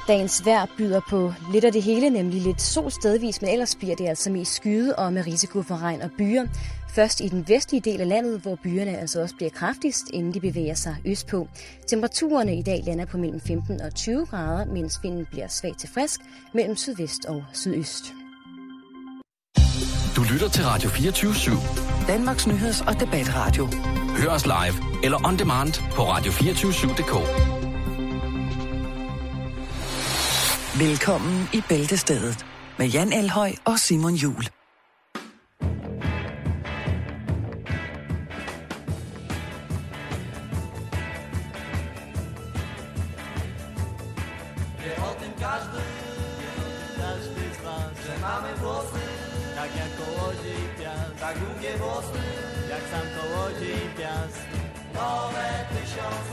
Dagens vejr byder på lidt af det hele, nemlig lidt sol stedvis, men ellers bliver det altså mest skyet og med risiko for regn og byer. Først i den vestlige del af landet, hvor byerne altså også bliver kraftigst, inden de bevæger sig østpå. Temperaturerne i dag lander på mellem 15 og 20 grader, mens vinden bliver svag til frisk mellem sydvest og sydøst. Du lytter til Radio 24/7. Danmarks nyheds- og debatradio. Hør os live eller on demand på radio247.dk. Velkommen i Bæltestedet med Jan Elhøj og Simon Juhl. Tak jak kołodziej piast, tak długie włosy, jak sam kołodziej piast. Nowe 1000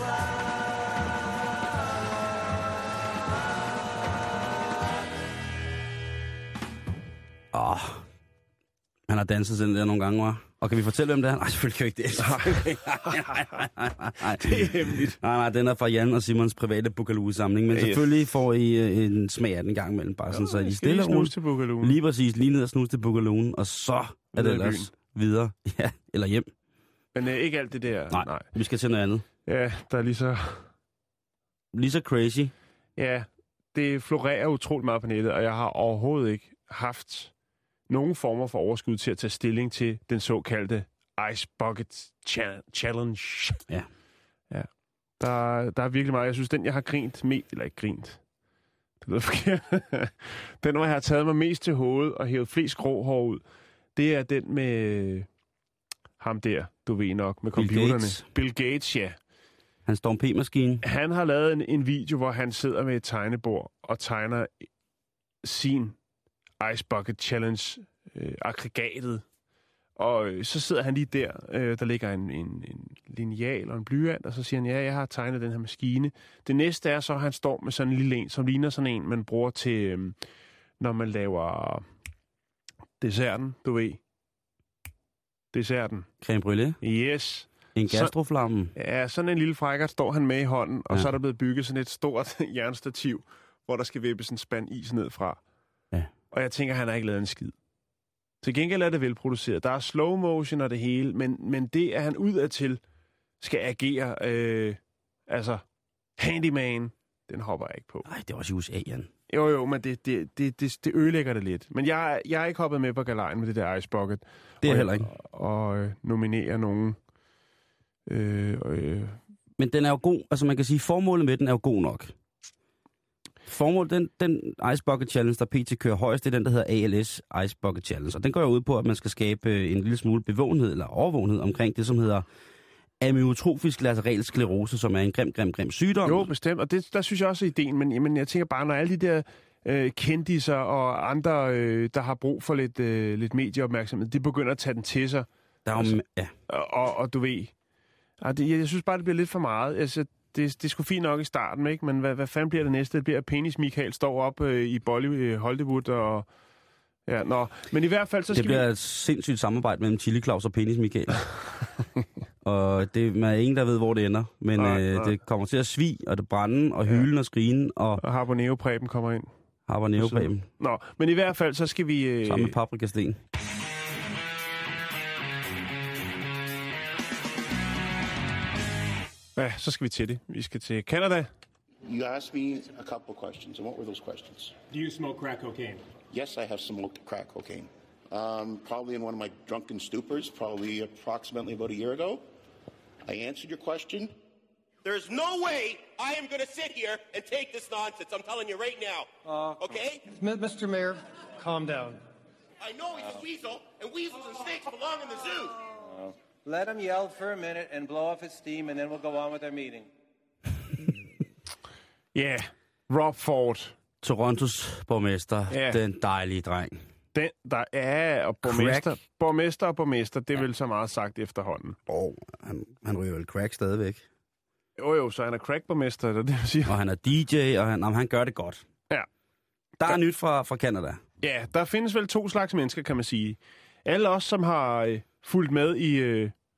lat. Han har danset sådan der nogle gange, var. Og kan vi fortælle, hvem det er? Nej, selvfølgelig kan vi ikke det. Nej, det er hemmeligt. Nej, den er fra Jan og Simons private Bukaloo-samling. Men selvfølgelig får I en smag af den gang imellem, bare sådan, så I stille og roligt. Lige præcis, lige ned og snus til Bukalooen, og så er det ellers videre. Ja, eller hjem. Men ikke alt det der. Nej, vi skal til noget andet. Ja, der er lige så crazy. Ja, det florerer utroligt meget på nettet, og jeg har overhovedet ikke haft nogen former for overskud til at tage stilling til den såkaldte Ice Bucket Challenge. Ja. Der er virkelig meget. Jeg synes, den jeg har grint mest, eller ikke grint, det lyder forkert. Den, hvor jeg har taget mig mest til hovedet og hævet flest grå hår ud, det er den med ham der, du ved nok, med computerne. Bill Gates, ja. Han står en P-maskine. Han har lavet en video, hvor han sidder med et tegnebord og tegner sin Ice Bucket Challenge aggregatet. Og så sidder han lige der. Der ligger en lineal og en blyant, og så siger han, ja, jeg har tegnet den her maskine. Det næste er så, at han står med sådan en lille en, som ligner sådan en, man bruger til, når man laver desserten, du ved. Desserten. Creme brûlée? Yes. En gastroflamme? Ja, sådan en lille frækkert står han med i hånden, og så er der blevet bygget sådan et stort jernstativ, hvor der skal vippes en spand is ned fra. Ja. Og jeg tænker, han har ikke lavet en skid. Til gengæld er det velproduceret. Der er slow motion og det hele, men det, at han udadtil skal agere, altså handyman, den hopper jeg ikke på. Nej, det er også i USA, Jan. Jo, men det ødelægger det lidt. Men jeg er ikke hoppet med på galejen med det der Ice Bucket. Det er heller ikke. Og nominere nogen. Men den er jo god. Altså man kan sige, formålet med den er jo god nok. Formålet, den Ice Bucket Challenge, der PT kører højst, det er den, der hedder ALS Ice Bucket Challenge. Og den går jo ud på, at man skal skabe en lille smule bevågenhed eller overvågenhed omkring det, som hedder amyotrofisk lateral sklerose, som er en grim sygdom. Jo, bestemt. Og der synes jeg også er ideen. Men jeg tænker bare, når alle de der kendiser og andre, der har brug for lidt medieopmærksomhed, de begynder at tage den til sig. Ja. Og du ved, jeg synes bare, det bliver lidt for meget. Altså, det er sgu fint nok i starten, ikke? Men hvad fanden bliver det næste? Det bliver, at Penis Michael står op i Hollywood og... Ja, men i hvert fald så skal det bliver et sindssygt samarbejde mellem Chili Claus og Penis Michael. Og det er ingen, der ved, hvor det ender. Men det kommer til at svige, og det brænde, og hylen og skrigen. Og Habanero-præben kommer ind. Habanero-præben. Men i hvert fald så skal vi... Sammen med paprikasten. Ja, så skal vi til det. Vi skal til Canada. You asked me a couple of questions, and what were those questions? Do you smoke crack cocaine? Yes, I have smoked crack cocaine. Probably in one of my drunken stupors, probably approximately about a year ago. I answered your question. There's no way I am going to sit here and take this nonsense. I'm telling you right now. Okay? Mr. Mayor, calm down. I know he's a weasel, and weasels and snakes belong in the zoo. Let him yell for a minute and blow off his steam, and then we'll go on with our meeting. Ja, Rob Ford. Torontos borgmester, den dejlige dreng. Den, der er, og borgmester, det er vel så meget sagt efterhånden. Han ryger vel crack stadigvæk. Jo, så han er crackborgmester, det vil sige. Og han er DJ, og han gør det godt. Ja. Der er nyt fra Canada. Ja, der findes vel 2 slags mennesker, kan man sige. Alle os, som har fulgt med i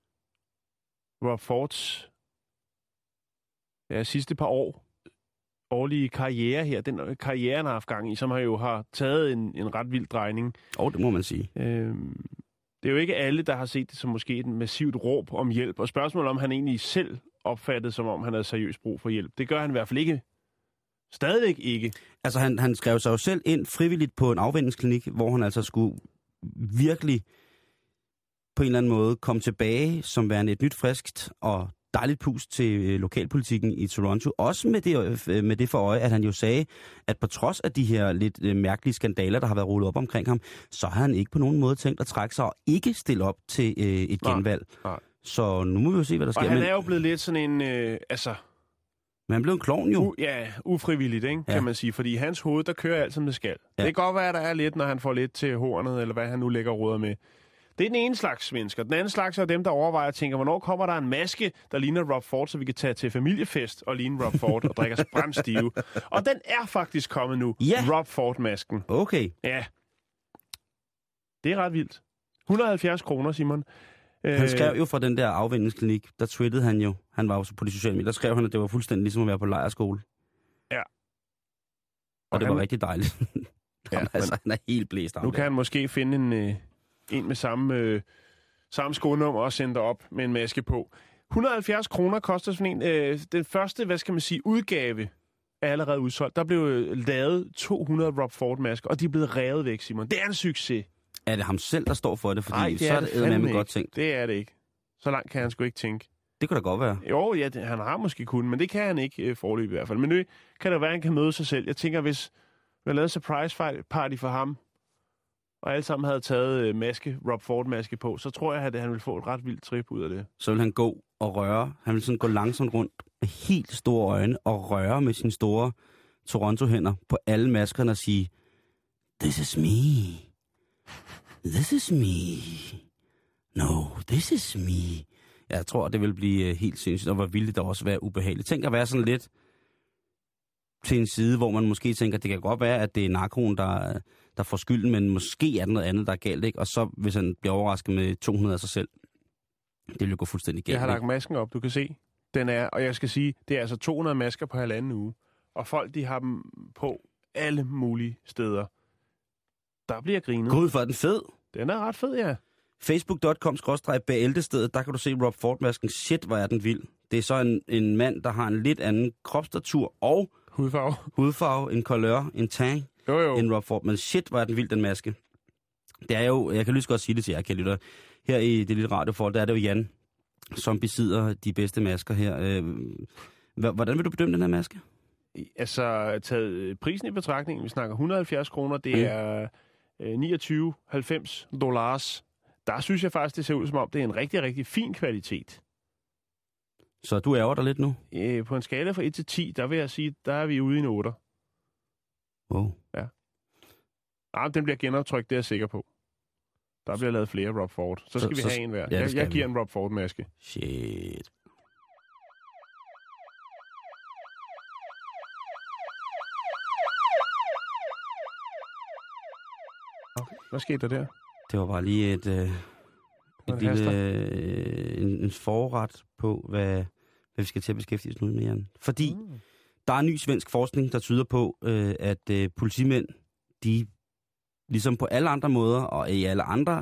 Rob Fords sidste par år, dårlige karriere her, den karriere, han har haft gang i, som har taget en ret vild drejning. Det må man sige. Det er jo ikke alle, der har set det som måske et massivt råb om hjælp, og spørgsmålet om han egentlig selv opfattede, som om han havde seriøst brug for hjælp. Det gør han i hvert fald ikke. Stadigvæk ikke. Altså, han skrev sig jo selv ind frivilligt på en afvænningsklinik, hvor han altså skulle virkelig på en eller anden måde komme tilbage som værende et nyt, friskt og dejligt pust til lokalpolitikken i Toronto. Også med det for øje, at han jo sagde, at på trods af de her lidt mærkelige skandaler, der har været rullet op omkring ham, så har han ikke på nogen måde tænkt at trække sig og ikke stille op til et genvalg. Nej. Så nu må vi jo se, hvad der sker. Og han er jo blevet lidt sådan en, Men han blev en klovn jo. Ufrivilligt, ikke, kan man sige. Fordi i hans hoved, der kører alt, som det skal. Ja. Det kan godt være, at der er lidt, når han får lidt til hornet, eller hvad han nu lægger råder med. Det er den ene slags mennesker. Den anden slags er dem, der overvejer og tænker, hvornår kommer der en maske, der ligner Rob Ford, så vi kan tage til familiefest og ligne Rob Ford og drikke os brandstive. Og den er faktisk kommet nu. Ja. Rob Ford-masken. Okay. Ja. Det er ret vildt. 170 kroner, Simon. Han skrev jo fra den der afvænningsklinik, der twittede han jo, han var jo på de sociale medier, der skrev han, at det var fuldstændig ligesom at være på lejrskole. Ja. Og det var rigtig dejligt. Han er helt blæst. Nu kan han måske finde en med samme skonummer og sende op med en maske på. 170 kroner koster sådan en. Den første, udgave er allerede udsolgt. Der blev lavet 200 Rob Ford-masker, og de er blevet revet væk, Simon. Det er en succes. Er det ham selv, der står for det? Fordi nej, så er det eddermame godt tænkt. Det er det ikke. Så langt kan han sgu ikke tænke. Det kunne da godt være. Jo, ja, han har måske kun, men det kan han ikke foreløbig i hvert fald. Men nu kan det være, at han kan møde sig selv. Jeg tænker, hvis vi har lavet surprise party for ham, og alle sammen havde taget Rob Ford-maske på, så tror jeg, at han ville få et ret vildt trip ud af det. Så vil han gå og røre. Han vil sådan gå langsomt rundt med helt store øjne og røre med sine store Toronto-hænder på alle maskerne og sige, "This is me. This is me. No, this is me." Jeg tror, det vil blive helt sindssygt, og hvor ville det da også være ubehageligt. Tænk at være sådan lidt til en side, hvor man måske tænker, at det kan godt være, at det er narkoen, der får skylden, men måske er det noget andet, der er galt, ikke? Og så, hvis han bliver overrasket med 200 af sig selv, det vil jo gå fuldstændig galt. Jeg har lagt masken op, du kan se. Den er, og jeg skal sige, det er altså 200 masker på 1,5 uge. Og folk, de har dem på alle mulige steder. Der bliver grinet. Gud, for den fed. Den er ret fed, ja. Facebook.com/bæltestedet, der kan du se Rob Ford-masken. Shit, hvor er den vild. Det er så en mand, der har en lidt anden kropsstatur og hudfarve, en couleur, en tang, en Rob Ford. Men shit, hvor er den vild, den maske. Det er jo, jeg kan lige så godt sige det til jer, kære lytter. Her i det lille radioforhold, der er det jo Jan, som besidder de bedste masker her. Hvordan vil du bedømme den her maske? Altså, taget prisen i betragtning, vi snakker 170 kroner, det er $29,90. Der synes jeg faktisk, det ser ud som om, det er en rigtig, rigtig fin kvalitet. Så du ærger dig lidt nu? På en skala fra 1 til 10, der vil jeg sige, der er vi ude i en 8. Wow. Ja. Den bliver genoptrykt, det er jeg sikker på. Der bliver lavet flere Rob Ford. Så skal vi have en hver. Ja, jeg giver en Rob Ford-maske. Shit. Hvad skete der? Det var bare lige en forret på, hvad vi skal til at beskæftige os nu med, Jan. Fordi der er ny svensk forskning, der tyder på, at politimænd, de ligesom på alle andre måder, og i alle andre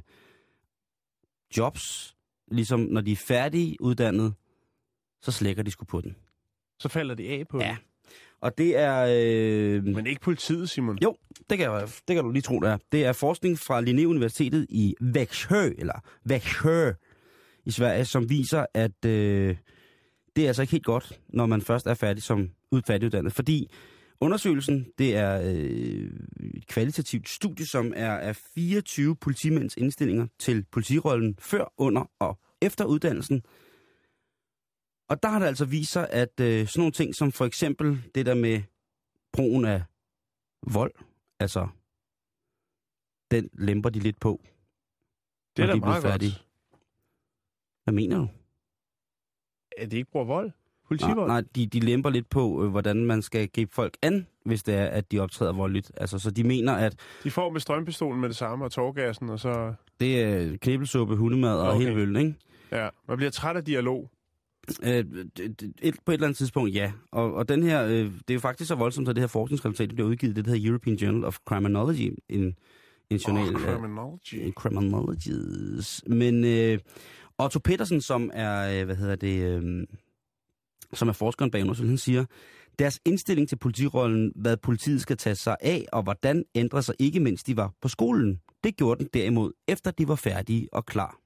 jobs, ligesom når de er færdige uddannet, så slækker de sgu på den. Så falder de af på den? Ja. Og det er... Men ikke politiet, Simon? Jo, det kan du lige tro, det er. Det er forskning fra Linnéuniversitetet i Växjö i Sverige, som viser, at det er altså ikke helt godt, når man først er færdiguddannet. Fordi undersøgelsen, det er et kvalitativt studie, som er af 24 politimænds indstillinger til politirollen før, under og efter uddannelsen. Og der har det altså vist sig, at sådan nogle ting som for eksempel det der med brugen af vold, altså den lemper de lidt på. Det er da meget godt. Hvad mener du? At de ikke bruger vold? Politivold? Nej, de lemper lidt på, hvordan man skal gribe folk an, hvis det er, at de optræder voldeligt. Altså, så de mener, at... De får med strømpistolen med det samme, og tårgassen, og så... Det er knæbelsuppe, hundemad og hele vøllen, ikke? Ja, man bliver træt af dialog. På et eller andet tidspunkt, ja. Og den her, det er jo faktisk så voldsomt, at det her forskningsresultat bliver udgivet, det hedder European Journal of Criminology, en journal. Criminologies. Men Otto Pettersen, som er, som er forskeren bag undersøgelsen, han siger, deres indstilling til politirollen, hvad politiet skal tage sig af, og hvordan ændrer sig ikke, mens de var på skolen. Det gjorde den derimod, efter de var færdige og klar.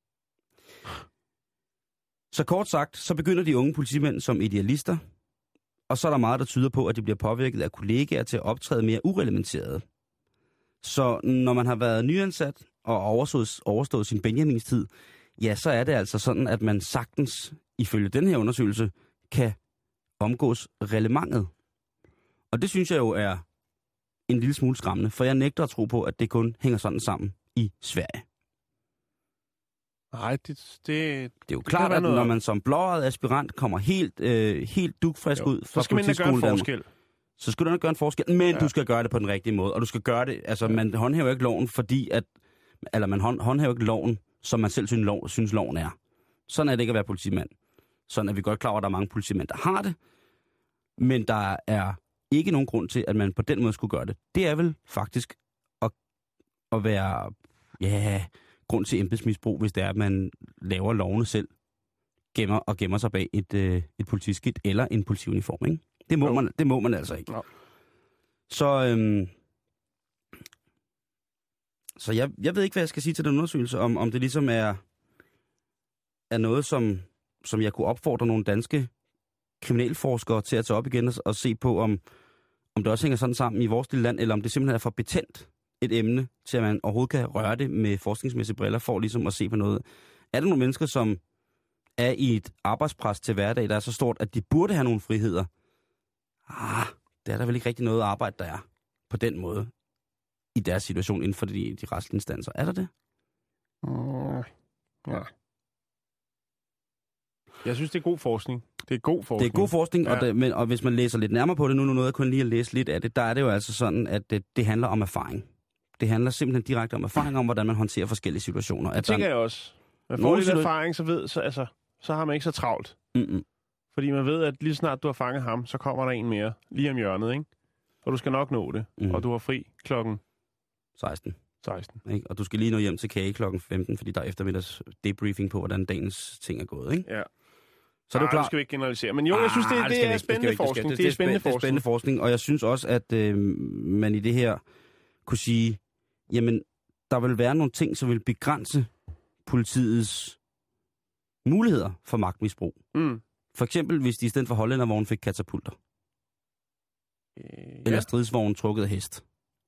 Så kort sagt, så begynder de unge politimænd som idealister, og så er der meget, der tyder på, at de bliver påvirket af kollegaer til at optræde mere ureglementeret. Så når man har været nyansat og overstået sin Benjamins-tid, ja, så er det altså sådan, at man sagtens, ifølge den her undersøgelse, kan omgås reglementet. Og det synes jeg jo er en lille smule skræmmende, for jeg nægter at tro på, at det kun hænger sådan sammen i Sverige. Nej, det er jo klart, at når man som blåøjet aspirant kommer helt dugfrisk ud fra politiskolen, så skal du gøre en forskel, men du skal gøre det på den rigtige måde, og du skal gøre det, altså man håndhæver ikke loven, man håndhæver ikke loven, som man selv synes loven er. Sådan er det ikke at være politimand. Sådan er vi godt klar over, at der er mange politimænd, der har det, men der er ikke nogen grund til, at man på den måde skulle gøre det. Det er vel faktisk at være, grund til embedsmisbrug, hvis det er, at man laver lovene selv, gemmer sig bag et politiskilt eller en politiuniform, ikke? Det må man altså ikke. No. Så jeg ved ikke, hvad jeg skal sige til den undersøgelse, om det ligesom er noget, som jeg kunne opfordre nogle danske kriminalforskere til at tage op igen og se på, om det også hænger sådan sammen i vores lille land, eller om det simpelthen er for betændt et emne, til at man overhovedet kan røre det med forskningsmæssige briller, for ligesom at se på noget. Er der nogle mennesker, som er i et arbejdspres til hverdag, der er så stort, at de burde have nogle friheder? Det er der vel ikke rigtig noget arbejde, der er på den måde i deres situation inden for de retslige instanser. Er der det? Ja. Jeg synes, det er god forskning. Det er god forskning, ja. Og hvis man læser lidt nærmere på det, nu nåede jeg kun lige at læse lidt af det, der er det jo altså sådan, at det handler om erfaring. Det handler simpelthen direkte om erfaring, om hvordan man håndterer forskellige situationer. Det tænker jeg også. Man får lidt erfaring, så har man ikke så travlt. Mm-mm. Fordi man ved, at lige snart du har fanget ham, så kommer der en mere lige om hjørnet, ikke? Og du skal nok nå det. Mm. Og du har fri klokken 16. Ikke? Og du skal lige nå hjem til kage klokken 15, fordi der er eftermiddags debriefing på, hvordan dagens ting er gået, ikke? Ja. Så er du klar? Det skal vi ikke generalisere. Men jo, jeg synes, det er spændende forskning. Det er spændende forskning, og jeg synes også, at man i det her kunne sige, jamen, der vil være nogle ting, som vil begrænse politiets muligheder for magtmisbrug. Mm. For eksempel, hvis de i stedet for hollændervogn fik katapulter. Eller stridsvogn trukket af hest.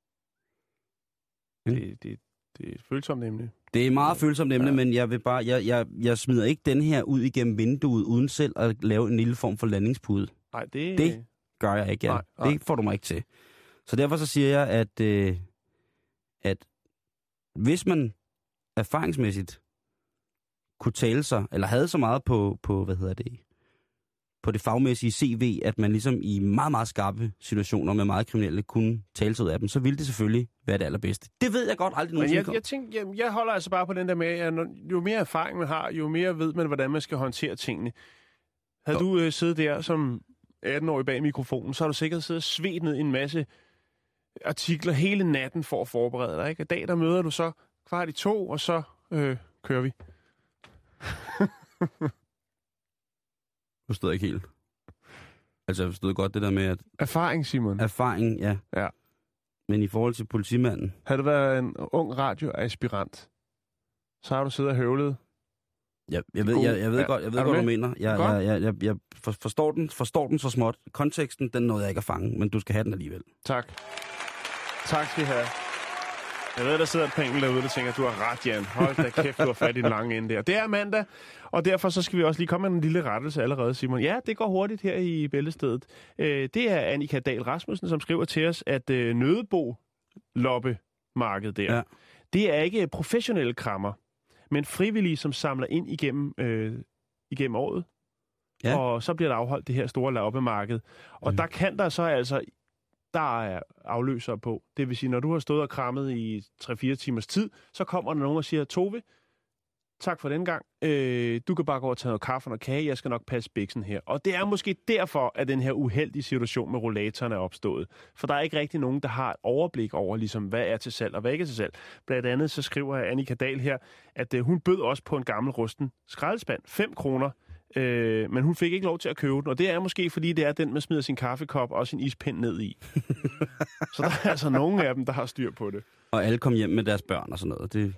Det er et følsomt emne. Det er et meget følsomt emne, men jeg vil bare, jeg smider ikke den her ud igennem vinduet, uden selv at lave en lille form for landingspude. Nej, det gør jeg ikke, ja. Nej. Det får du mig ikke til. Så derfor så siger jeg, at hvis man erfaringsmæssigt kunne tale sig, eller havde så meget på på det fagmæssige CV, at man ligesom i meget, meget skarpe situationer med meget kriminelle kunne tale sig ud af dem, så ville det selvfølgelig være det allerbedste. Det ved jeg godt aldrig nogensinde. Men jeg holder altså bare på den der med, at jo mere erfaring man har, jo mere ved man, hvordan man skal håndtere tingene. Havde du siddet der som 18-årig bag mikrofonen, så har du sikkert siddet og svedt ned en masse artikler hele natten for at forberede dig, ikke? I dag der møder du så 1:15, og så kører vi. Du forstod ikke helt. Altså, jeg forstod godt det der med, at... Erfaring, Simon. Erfaring, ja. Ja. Men i forhold til politimanden... Har du været en ung radioaspirant, så har du siddet og høvlet. Jeg ved godt, hvad du mener. Jeg forstår den så småt. Konteksten, den nåede jeg ikke at fange, men du skal have den alligevel. Tak. Tak skal I have. Jeg ved, der sidder et pengel derude, der tænker, du har ret, Jan. Hold da kæft, du har fat i den lange ende der. Det er mandag, og derfor så skal vi også lige komme med en lille rettelse allerede, Simon. Ja, det går hurtigt her i Bæltestedet. Det er Annika Dahl Rasmussen, som skriver til os, at nødebo-loppemarkedet der, det er ikke professionelle krammer, men frivillige, som samler ind igennem året. Ja. Og så bliver der afholdt det her store loppemarked. Og der kan der så altså... Der er afløsere på. Det vil sige, når du har stået og krammet i 3-4 timers tid, så kommer der nogen og siger, Tove, tak for den gang. Du kan bare gå og tage noget kaffe og noget kage, jeg skal nok passe biksen her. Og det er måske derfor, at den her uheldige situation med rollatoren er opstået. For der er ikke rigtig nogen, der har et overblik over, ligesom, hvad er til salg og hvad ikke er til salg. Blandt andet så skriver Annika Dahl her, at hun bød også på en gammel rusten skraldespand. 5 kroner. Men hun fik ikke lov til at købe den, og det er måske, fordi det er den, man smider sin kaffekop og sin ispind ned i. Så der er altså nogle af dem, der har styr på det. Og alle kom hjem med deres børn og sådan noget.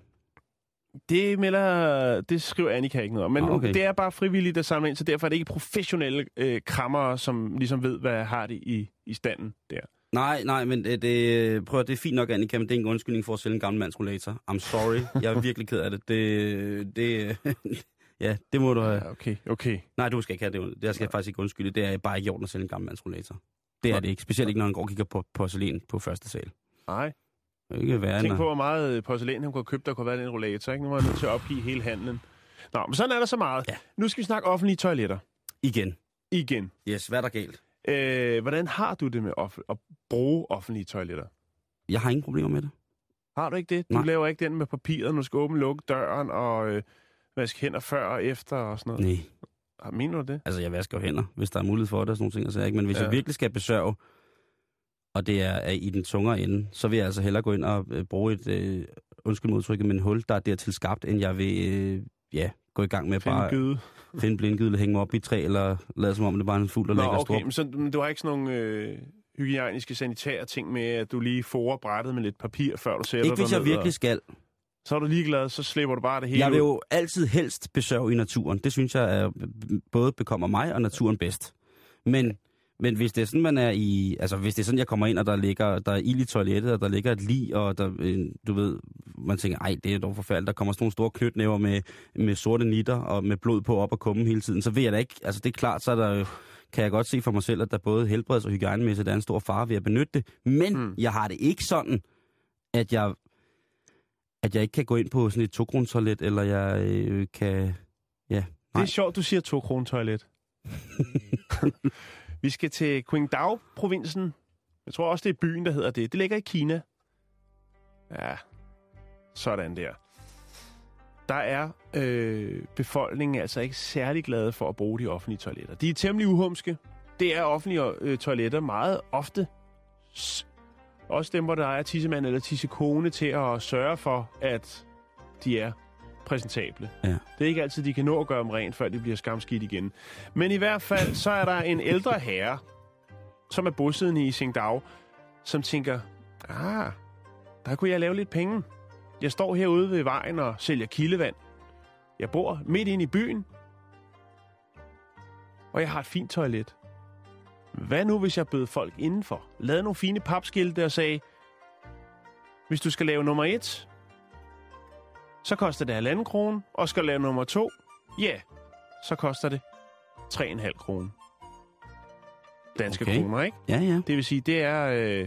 Det skriver Annika ikke noget om. Men okay. Det er bare frivilligt at samle ind, så derfor er det ikke professionelle krammere, som ligesom ved, hvad har de i standen der. Nej, men det er fint nok, Annika, men det er en undskyldning for at sælge en gammel mands rollator. I'm sorry, jeg er virkelig ked af det. Ja, det må du have. Ja, okay. Nej, du skal ikke have det. Det skal jeg faktisk ikke undskylde. Det er bare ikke i orden at sælge en gammel mands rollator. Det er det ikke. Specielt ikke, når han går og kigger på porcelæn på første sal. Nej. Ikke værre, tænk på, hvor meget porcelæn han kunne have købt, der kunne have været en rollator. Ikke? Nu var han nødt til at opgive hele handlen. Nå, men sådan er der så meget. Ja. Nu skal vi snakke offentlige toiletter. Igen. Yes, hvad er der galt? Hvordan har du det med at bruge offentlige toiletter? Jeg har ingen problemer med det. Har du ikke det? Du laver ikke den med papiret, når du skal åbne lukke døren og vaske hænder før og efter og sådan noget? Nej. Mener du det? Altså, jeg vasker jo hænder, hvis der er mulighed for det og sådan nogle ting. Så ikke. Men hvis jeg virkelig skal besørge, og det er i den tungere ende, så vil jeg altså hellere gå ind og bruge et, undskyld modtrykket, men hul, der er dertil skabt, end jeg vil gå i gang med finde blindgyde, eller hænge mig op i et træ, eller lade som om det bare er en fugl, der lægger okay, men så du har ikke sådan nogle hygiejniske sanitære ting med, at du lige forer brættet med lidt papir, før du sætter dig ned? Ikke hvis jeg virkelig skal. Så er du ligeglad, så slipper du bare det hele. Jeg vil jo altid helst besørge i naturen. Det synes jeg både bekommer mig og naturen bedst. Men hvis det er sådan, man er i... Altså, hvis det er sådan, jeg kommer ind, og der er ild i toilettet, og der ligger et lig, og der, du ved, man tænker, ej, det er dog forfærdeligt, der kommer sådan nogle store knytnæver med sorte nitter, og med blod på op og kummen hele tiden, så ved jeg da ikke... Altså, det er klart, så er der kan jeg godt se for mig selv, at der både helbreds- og hygiejnemæssigt er en stor fare ved at benytte det. Men jeg har det ikke sådan, at jeg ikke kan gå ind på sådan et 2-kroner-toilet, eller jeg kan... Ja, det er sjovt, du siger 2-kroner-toilet. Vi skal til Qingdao-provinsen. Jeg tror også, det er byen, der hedder det. Det ligger i Kina. Ja, sådan der. Der er befolkningen altså ikke særlig glade for at bruge de offentlige toiletter. De er temmelig uhumske. Det er offentlige toiletter meget ofte. Også dem, hvor der er tissemand eller tissekone til at sørge for, at de er præsentable. Ja. Det er ikke altid, de kan nå at gøre dem rent, før de bliver skamskidt igen. Men i hvert fald, så er der en ældre herre, som er bosiddende i Qingdao, som tænker, der kunne jeg lave lidt penge. Jeg står herude ved vejen og sælger kildevand. Jeg bor midt inde i byen, og jeg har et fint toilet. Hvad nu, hvis jeg bød folk indenfor? Lavede nogle fine papskilte og sagde, hvis du skal lave nummer 1, så koster det 1,5 krone, og skal lave nummer 2, så koster det 3,5 kroner. Danske kroner, ikke? Ja. Det vil sige, det er...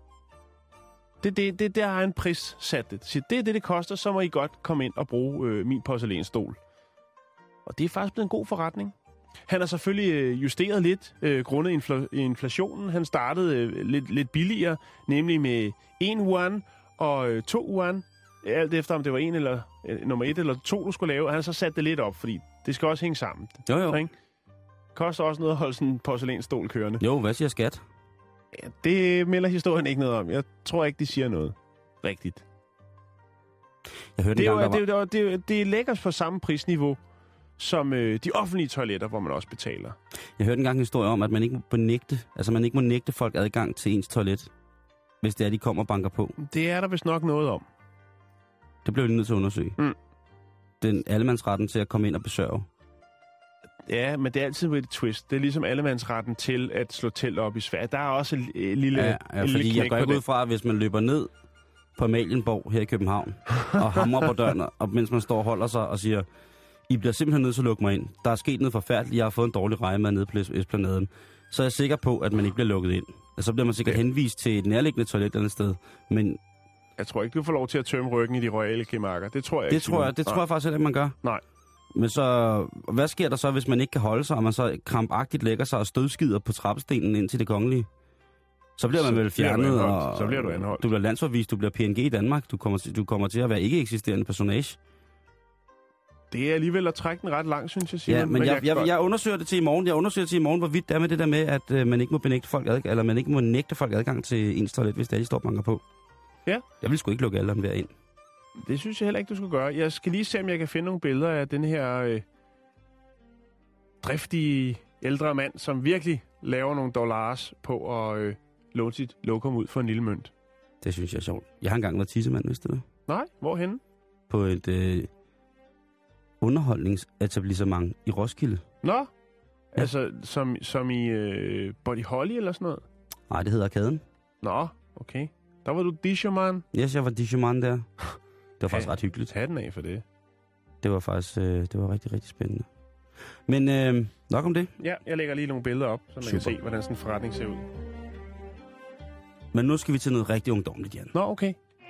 Det der har en pris sat det. Så det er det koster, så må I godt komme ind og bruge min porcelænsstol. Og det er faktisk blevet en god forretning. Han har selvfølgelig justeret lidt grundet inflationen. Han startede lidt billigere, nemlig med 1 yuan og 2 yuan. Alt efter, om det var nummer 1 eller 2, du skulle lave. Han har så sat det lidt op, fordi det skal også hænge sammen. Jo. Ikke? Koster også noget at holde sådan en porcelænsstol kørende. Jo, hvad siger skat? Ja, det melder historien ikke noget om. Jeg tror ikke, de siger noget rigtigt. Jeg hørte det lægger på samme prisniveau som de offentlige toiletter, hvor man også betaler. Jeg hørte engang en historie om, at man ikke må nægte folk adgang til ens toilet, hvis det er, de kommer og banker på. Det er der vist nok noget om. Det blev de nødt til at undersøge. Den allemandsretten til at komme ind og besørge. Ja, men det er altid med et twist. Det er ligesom allemandsretten til at slå telt op i Sverige. Der er også en lille fordi jeg går ikke ud fra, at hvis man løber ned på Amalienborg her i København, og hamrer på døren, og mens man står og holder sig og siger, I bliver simpelthen nødt til at lukke mig ind. Der er sket noget forfærdeligt. Jeg har fået en dårlig rejemad nede på Esplanaden. Så er jeg sikker på, at man ikke bliver lukket ind. Og så bliver man sikkert henvist til et nærliggende toilet eller et sted. Men jeg tror ikke, du får lov til at tømme ryggen i de royale gemarker. Det tror jeg ikke. Det tror jeg faktisk ikke, man gør. Nej. Men så, hvad sker der så, hvis man ikke kan holde sig, og man så krampagtigt lægger sig og stødskider på trappestenen ind til det kongelige? Så bliver man vel fjernet, og så bliver du anholdt. Du bliver landsforvist, du bliver PNG i Danmark, du kommer til at være ikke eksisterende personage. Det er alligevel at trække den ret langt, synes jeg, Simon. Ja, men jeg undersøger det til i morgen. Hvorvidt det er med det der med, at man ikke må benægte folk adgang, eller man ikke må nægte folk adgang til ens toilet, hvis det er, de står og banker på. Ja. Jeg vil sgu ikke lukke alle dem der ind. Det synes jeg heller ikke, du skal gøre. Jeg skal lige se, om jeg kan finde nogle billeder af den her driftige ældre mand, som virkelig laver nogle dollars på at låne sit lokum ud for en lille mønt. Det synes jeg er sjovt. Jeg har engang været tissemand, vidste du det? Nej, hvorhenne? På et underholdningsetablissement i Roskilde. Nå, ja. Altså som i Body Holly eller sådan noget? Nej, det hedder Arkaden. Nå, okay. Der var du disherman? Yes, jeg var disherman der. Det var faktisk ret hyggeligt. Hatten af for det. Det var faktisk det var rigtig, rigtig spændende. Men nok om det. Ja, jeg lægger lige nogle billeder op, så man kan se, hvordan sådan en forretning ser ud. Men nu skal vi til noget rigtig ungdomligt, Jan. Nå, okay.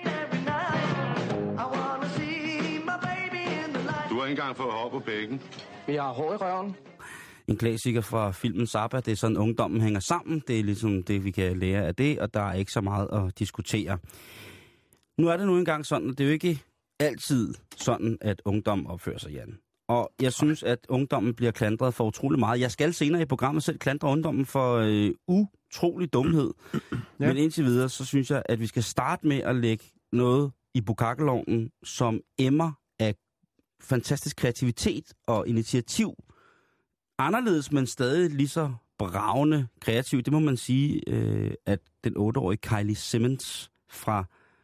Du har ikke engang fået hår på bækken. Jeg har hår i røven. En klassiker fra filmen Zappa, det er sådan, ungdommen hænger sammen. Det er ligesom det, vi kan lære af det, og der er ikke så meget at diskutere. Nu er det nu engang sådan, at det er jo ikke altid sådan, at ungdom opfører sig, Jan. Og jeg synes, at ungdommen bliver klandret for utrolig meget. Jeg skal senere i programmet selv klandre ungdommen for utrolig dumhed. Ja. Men indtil videre, så synes jeg, at vi skal starte med at lægge noget i bukakkelovnen, som emmer af fantastisk kreativitet og initiativ. Anderledes, men stadig lige så bravende kreativ. Det må man sige, at den 8-årige Kylie Simmons fra,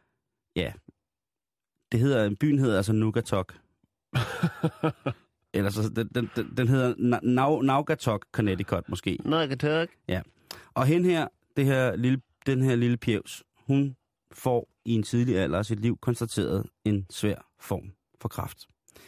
byen hedder altså Naugatuck. Eller så, den hedder Naugatuck, Connecticut måske. Naugatuck. Ja. Og den her lille pjevs, hun får i en tidlig alder af sit liv konstateret en svær form for kræft.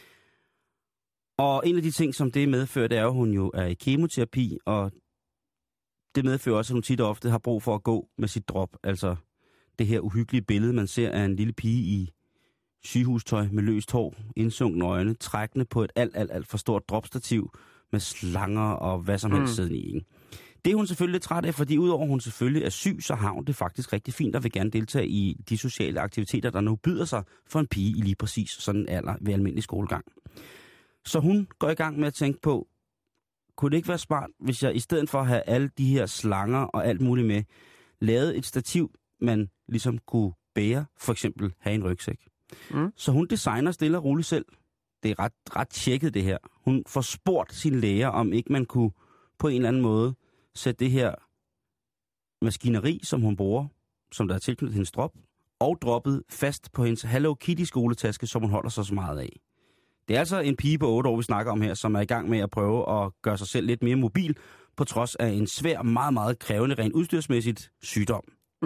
Og en af de ting, som det medfører, det er jo, at hun jo er i kemoterapi, og det medfører også, at hun tit og ofte har brug for at gå med sit drop. Altså det her uhyggelige billede, man ser af en lille pige i sygehustøj med løst hår, indsunkne øjne, trækkende på et alt for stort dropstativ med slanger og hvad som helst siddende i. Det er hun selvfølgelig lidt træt af, fordi udover at hun selvfølgelig er syg, så har hun det faktisk rigtig fint og vil gerne deltage i de sociale aktiviteter, der nu byder sig for en pige i lige præcis sådan en alder ved almindelig skolegang. Så hun går i gang med at tænke på, kunne det ikke være smart, hvis jeg i stedet for at have alle de her slanger og alt muligt med, lavede et stativ, man ligesom kunne bære, for eksempel have en rygsæk. Så hun designer stille og roligt selv. Det er ret tjekket det her. Hun får spurgt sin læger, om ikke man kunne på en eller anden måde sætte det her maskineri, som hun bruger, som der er tilknyttet hendes drop, og droppet fast på hendes Hello Kitty skoletaske, som hun holder sig så meget af. Det er altså en pige på 8 år, vi snakker om her, som er i gang med at prøve at gøre sig selv lidt mere mobil, på trods af en svær, meget, meget krævende, rent udstyrsmæssigt sygdom.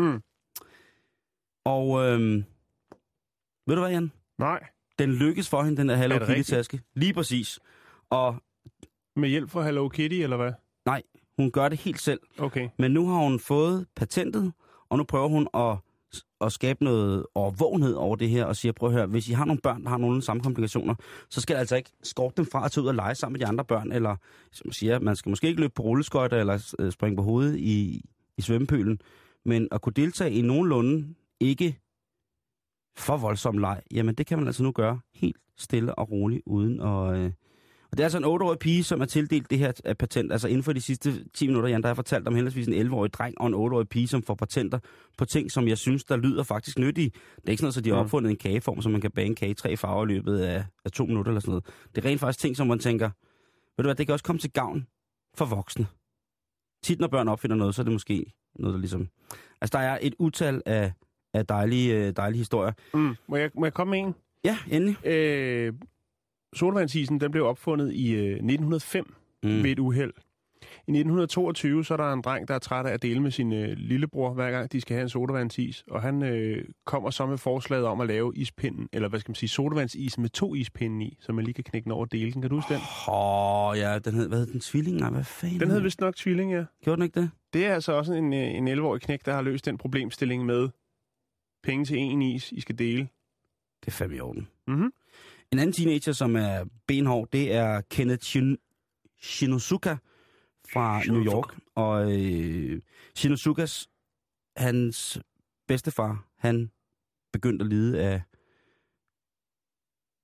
Og ved du hvad, Jan? Nej. Den lykkes for hende, den der Hello Kitty-taske. Lige præcis. Og med hjælp fra Hello Kitty, eller hvad? Nej, hun gør det helt selv. Okay. Men nu har hun fået patentet, og nu prøver hun at skabe noget overvågenhed over det her, og siger, prøv at høre, hvis I har nogle børn, der har nogle af de samme komplikationer, så skal jeg altså ikke skorte dem fra at tage ud og lege sammen med de andre børn, eller som man siger, man skal måske ikke løbe på rulleskøjter, eller springe på hovedet i svømmepølen, men at kunne deltage i nogenlunde ikke for voldsom leg, jamen det kan man altså nu gøre helt stille og roligt, uden at... Og det er altså en 8-årig pige, som er tildelt det her patent. Altså inden for de sidste 10 minutter, Jan, der har jeg fortalt om henholdsvis en 11-årig dreng og en 8-årig pige, som får patenter på ting, som jeg synes, der lyder faktisk nyttige. Det er ikke sådan noget, så de har opfundet en kageform, så man kan bage en kage i 3 farver i løbet af 2 minutter eller sådan noget. Det er rent faktisk ting, som man tænker, ved du hvad, det kan også komme til gavn for voksne. Tit når børn opfinder noget, så er det måske noget, der ligesom... Altså der er et utal af dejlige historier. Må jeg komme med en? Ja, endelig. Sodavandsisen, den blev opfundet i 1905 ved et uheld. I 1922, så er der en dreng, der er træt af at dele med sin lillebror, hver gang de skal have en sodavandsis. Og han kommer så med forslaget om at lave ispinden, eller hvad skal man sige, sodavandsisen med 2 ispinde i, så man lige kan knække den over og dele den. Kan du huske den? Ja, hvad hed den? Tvilling? Nej, hvad fanden? Den hed vist nok Tvilling, ja. Gjorde den ikke det? Det er altså også en 11-årig knæk, der har løst den problemstilling med penge til 1 is, I skal dele. Det er fandme i orden. Mhm. En anden teenager, som er benhård, det er Kenneth Shinosuka fra New York. Og Shinosukas, hans bedstefar, han begyndte at lide af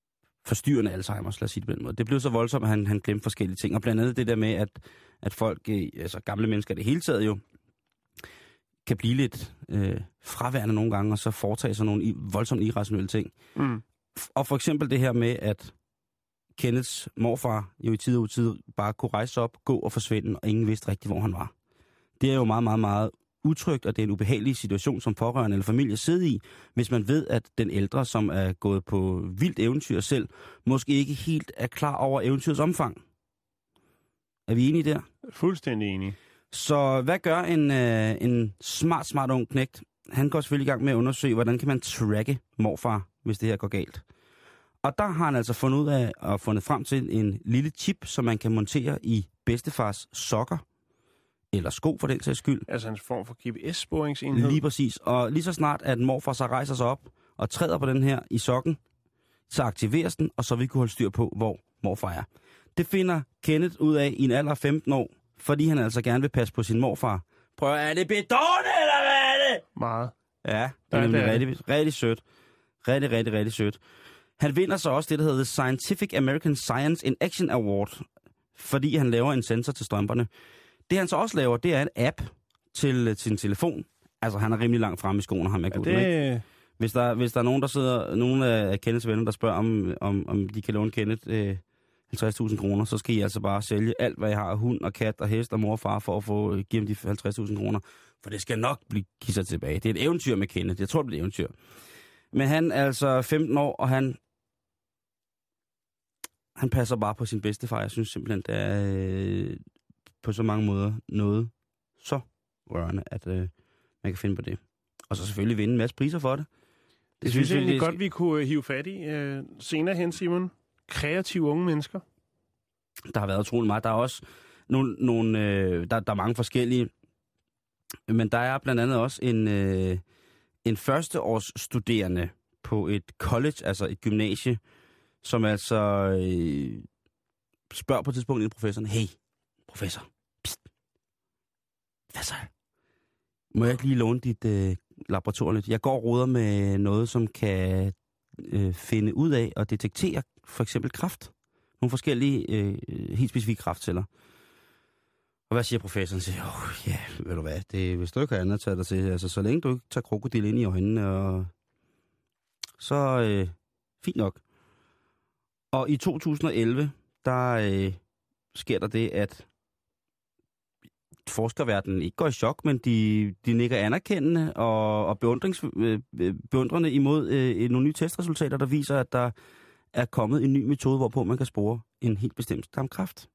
forstyrrende Alzheimer's, lad os sige det på den måde. Det blev så voldsomt, at han glemte forskellige ting. Og blandt andet det der med, at folk, altså gamle mennesker det hele taget jo, kan blive lidt fraværende nogle gange, og så foretage sig nogle voldsomt irrationelle ting. Mm. Og for eksempel det her med, at Kenneths morfar jo i tid og utid bare kunne rejse op, gå og forsvinde, og ingen vidste rigtigt, hvor han var. Det er jo meget, meget, meget utrygt, og det er en ubehagelig situation som pårørende eller familie sidder i, hvis man ved, at den ældre, som er gået på vildt eventyr selv, måske ikke helt er klar over eventyrets omfang. Er vi enige der? Fuldstændig enige. Så hvad gør en smart ung knægt? Han går selvfølgelig i gang med at undersøge, hvordan kan man tracke morfar, hvis det her går galt. Og der har han altså fundet frem til en lille chip, som man kan montere i bedstefars sokker, eller sko for den sags skyld. Altså en form for GPS-sporingsenhed? Lige præcis. Og lige så snart, at morfar så rejser sig op og træder på den her i sokken, så aktiveres den, og så vi kunne holde styr på, hvor morfar er. Det finder Kenneth ud af i en alder af 15 år, fordi han altså gerne vil passe på sin morfar. Prøv at, er det bedårende, eller hvad er det? Meget. Ja, det er rigtig sødt. Rigtig sødt. Han vinder så også det, der hedder The Scientific American Science in Action Award, fordi han laver en sensor til strømperne. Det han så også laver, det er en app til sin telefon. Altså, han er rimelig langt fremme i skoene, ham med ikke? Hvis der er nogen, der sidder, nogen af Kenneths venner, der spørger, om de kan låne Kenneth 50.000 kroner, så skal I altså bare sælge alt, hvad I har, hund og kat og hest og mor og far, for at give dem de 50.000 kroner. For det skal nok blive kisset tilbage. Det er et eventyr med Kenneth. Jeg tror, det bliver et eventyr. Men han er altså 15 år, og han passer bare på sin bedstefar. Jeg synes simpelthen, det er på så mange måder noget så rørende, at man kan finde på det. Og så selvfølgelig vinde en masse priser for det. Det synes jeg egentlig godt, vi kunne hive fat i senere hen, Simon. Kreative unge mennesker. Der har været utroligt meget. Der er også der er mange forskellige. Men der er blandt andet også en førsteårsstuderende på et college, altså et gymnasie, som altså spørger på et tidspunkt en professor, hey, professor, pst, hvad så? Må jeg ikke lige låne dit laboratorium lidt? Jeg går og roder med noget, som kan finde ud af og detektere for eksempel kræft. Nogle forskellige, helt specifikke kræftceller. Og hvad siger professoren? Siger, ja, ved du hvad, det, hvis du ikke har andet at tage dig til, altså så længe du ikke tager krokodil ind i øjnene, og så fint nok. Og i 2011, der sker der det, at forskerverdenen ikke går i chok, men de nikker anerkendende og beundrende imod nogle nye testresultater, der viser, at der er kommet en ny metode, hvorpå man kan spore en helt bestemt tarmkræft.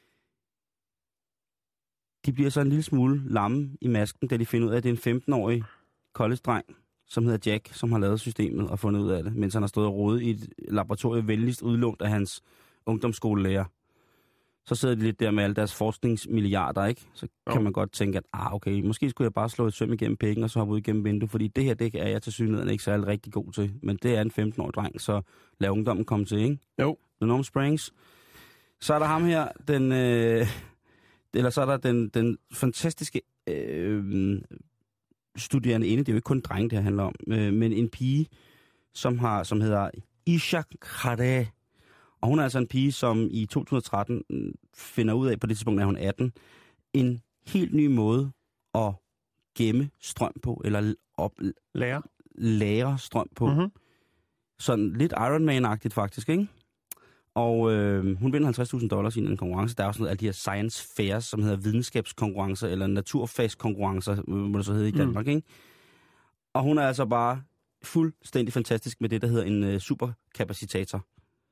De bliver så en lille smule lamme i masken, da de finder ud af, at det er en 15-årig college-dreng, som hedder Jack, som har lavet systemet og fundet ud af det, mens han har stået og rodet i et laboratorium venligst udlånt af hans ungdomsskolelærer. Så sidder de lidt der med alle deres forskningsmilliarder, ikke? Så kan man godt tænke, at okay, måske skulle jeg bare slå et søm igennem pækken og så hoppe ud igennem vinduet, fordi det her, det er jeg til synligheden ikke særlig rigtig god til. Men det er en 15-årig dreng, så lad ungdommen komme til, ikke? Jo. The Norm Springs. Så er der ham her, den fantastiske studerende inde. Det er jo ikke kun drenge, det her handler om, men en pige, som hedder Isha Khare. Og hun er altså en pige, som i 2013 finder ud af, på det tidspunkt er hun 18, en helt ny måde at gemme strøm på, eller lære strøm på. Mm-hmm. Sådan lidt Iron Man-agtigt faktisk, ikke? Og hun vinder $50,000 i en konkurrence. Der er også noget af de her science fairs, som hedder videnskabskonkurrencer, eller naturfagskonkurrencer, må det så hedde i Danmark, ikke? Og hun er altså bare fuldstændig fantastisk med det, der hedder en superkapacitator.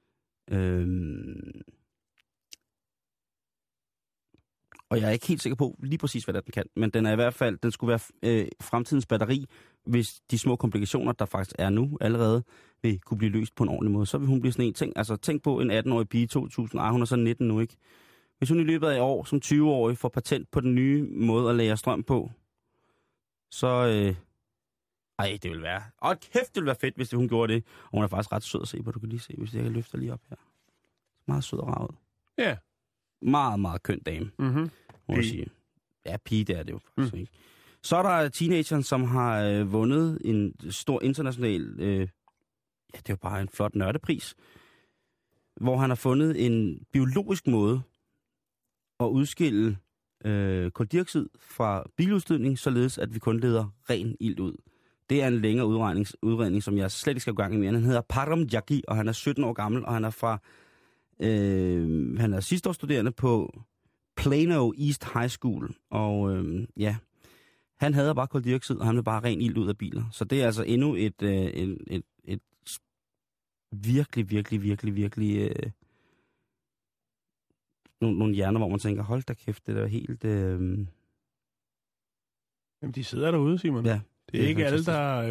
Og jeg er ikke helt sikker på lige præcis, hvad den kan. Men den er i hvert fald, den skulle være fremtidens batteri, hvis de små komplikationer, der faktisk er nu allerede, vil kunne blive løst på en ordentlig måde. Så vil hun blive sådan en ting. Altså tænk på en 18-årig pige i 2000. Hun er så 19 nu, ikke? Hvis hun i løbet af et år som 20-årig får patent på den nye måde at lære strøm på, så det vil være... kæft, det vil være fedt, hvis hun gjorde det. Og hun er faktisk ret sød at se på. Du kan lige se, hvis jeg løfter lige op her. Meget sød og rar ud. Ja. Yeah. Meget, meget køn dame. Mhm. Må jeg sige. Ja, pige, det er det jo faktisk ikke. Så er der teenageren, som har vundet en stor international... det er jo bare en flot nørdepris. hvor han har fundet en biologisk måde at udskille kuldioxid fra biludstødning, således at vi kun leder ren ilt ud. Det er en længere udredning, som jeg slet ikke skal gå gang i mere. Han hedder Param Jaggi, og han er 17 år gammel, og han er han er sidsteårsstuderende på Plano East High School. Og han hader bare kuldioxid, og han vil bare ren ilt ud af biler. Så det er altså endnu et virkelig nogle hjerner, hvor man tænker, hold da kæft, det er helt... Jamen, de sidder derude, Simon. Ja. Det er ikke alle,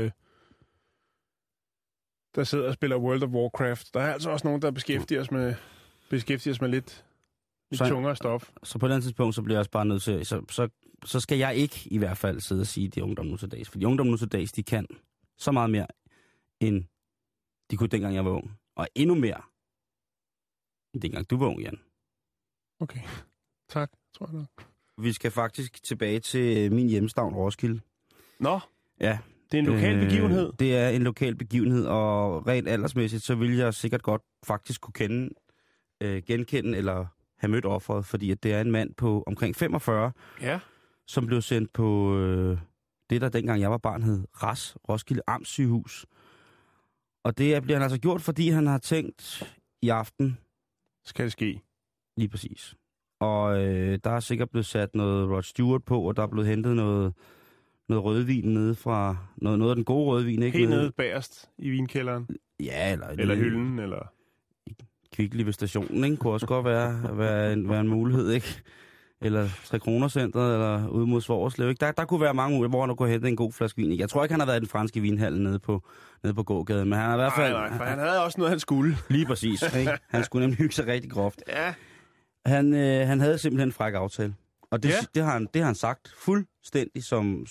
der sidder og spiller World of Warcraft. Der er altså også nogen, der beskæftiger sig med lidt tungere stof. Så på den tidspunkt, så bliver jeg også bare nødt til... Så skal jeg ikke i hvert fald sidde og sige, at de ungdom nu til dags. For de ungdom nu til dags, de kan så meget mere, end de kunne dengang jeg var ung. Og endnu mere, end dengang du var ung, Jan. Okay. Tak, tror jeg nok. Vi skal faktisk tilbage til min hjemstavn, Roskilde. Nå, ja. Det er en lokal begivenhed? Det er en lokal begivenhed, og rent aldersmæssigt, så vil jeg sikkert godt faktisk kunne genkende eller have mødt offeret, fordi at det er en mand på omkring 45, som blev sendt på det, der dengang jeg var barn hed RAS, Roskilde Amtssygehus. Og det bliver han altså gjort, fordi han har tænkt i aften... Skal det ske? Lige præcis. Og der er sikkert blevet sat noget Rod Stewart på, og der er blevet hentet noget rødvin nede fra... Noget af den gode rødvin, ikke? Helt nede bagerst i vinkælderen? Ja, eller hylden, eller... Kvickly ved stationen, ikke? Kunne også godt være en mulighed, ikke? Eller 3 kroner centret, eller ude mod Svogerslev, ikke? Der kunne være mange muligheder, hvor han kunne hente en god flaske vin, ikke? Jeg tror ikke, han har været i den franske vinhal nede på gågaden, men han har i hvert fald... Nej, for han havde også noget, han skulle. Lige præcis, ikke? Han skulle nemlig hygge sig rigtig groft. Ja. Han havde simpelthen en fræk aftale. Og det har han sagt fuldstændig som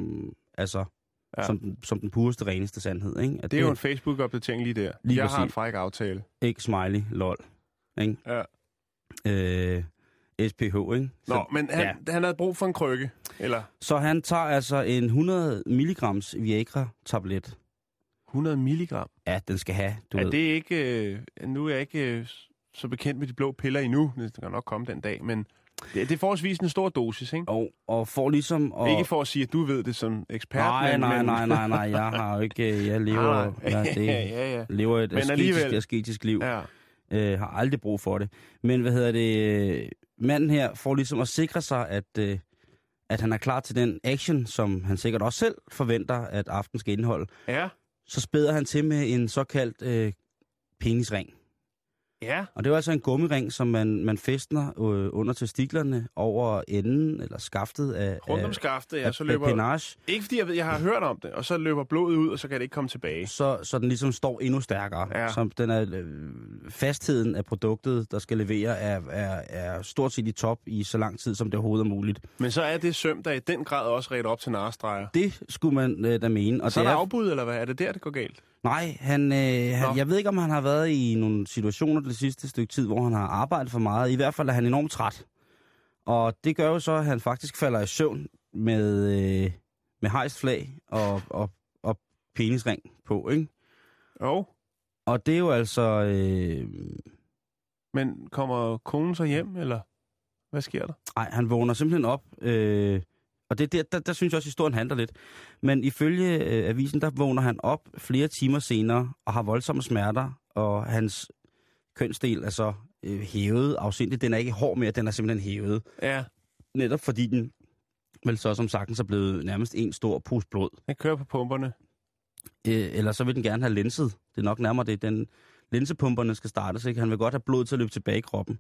den pureste, reneste sandhed, ikke? At det er jo en Facebook-opdatering lige der. Lige jeg præcis. har en fræk aftale. Ikke smiley, lol. Ikke? Ja. SPH, ikke? Nå, men han havde brug for en krykke, eller? Så han tager altså en 100 milligrams Viagra-tablet. 100 milligram? Ja, den skal have, du ved. Det ikke... nu er jeg ikke så bekendt med de blå piller endnu. Det kan nok komme den dag, men... Det er forholdsvis en stor dosis, ikke? Og for ligesom... Ikke for at sige, at du ved det som ekspert, Nej, jeg har jo ikke... Jeg lever, lever et asketisk liv. Ja. Har aldrig brug for det. Men manden her får ligesom at sikre sig, at han er klar til den action, som han sikkert også selv forventer, at aften skal indeholde. Ja. Så spæder han til med en såkaldt penisring. Ja. Og det var altså en gummiring, som man fæstner under testiklerne over enden, eller skaftet af... Rundt om skaftet, ja. Så løber... penage. Ikke fordi jeg har hørt om det, og så løber blodet ud, og så kan det ikke komme tilbage. Så den ligesom står endnu stærkere. Ja. Så den er fastheden af produktet, der skal levere, er stort set i top i så lang tid, som det overhovedet er muligt. Men så er det søm, der i den grad også ret op til narestreger. Det skulle man da mene. Og så er der afbud, eller hvad? Er det der, det går galt? Nej, jeg ved ikke, om han har været i nogle situationer det sidste stykke tid, hvor han har arbejdet for meget. I hvert fald er han enormt træt. Og det gør jo så, at han faktisk falder i søvn med hejst flag og penisring på, ikke? Og det er jo altså... Men kommer konen så hjem, eller hvad sker der? Nej, han vågner simpelthen op... Og der synes jeg også, at historien handler lidt. Men ifølge avisen, der vågner han op flere timer senere og har voldsomme smerter, og hans kønsdel er så hævet afsindigt. Den er ikke hård mere, den er simpelthen hævet. Ja. Netop fordi den vel så som sagtens er blevet nærmest en stor pus blod. Den kører på pumperne. Eller så vil den gerne have linset. Det er nok nærmere det. Den linsepumperne skal startes, ikke? Han vil godt have blod til at løbe tilbage i kroppen.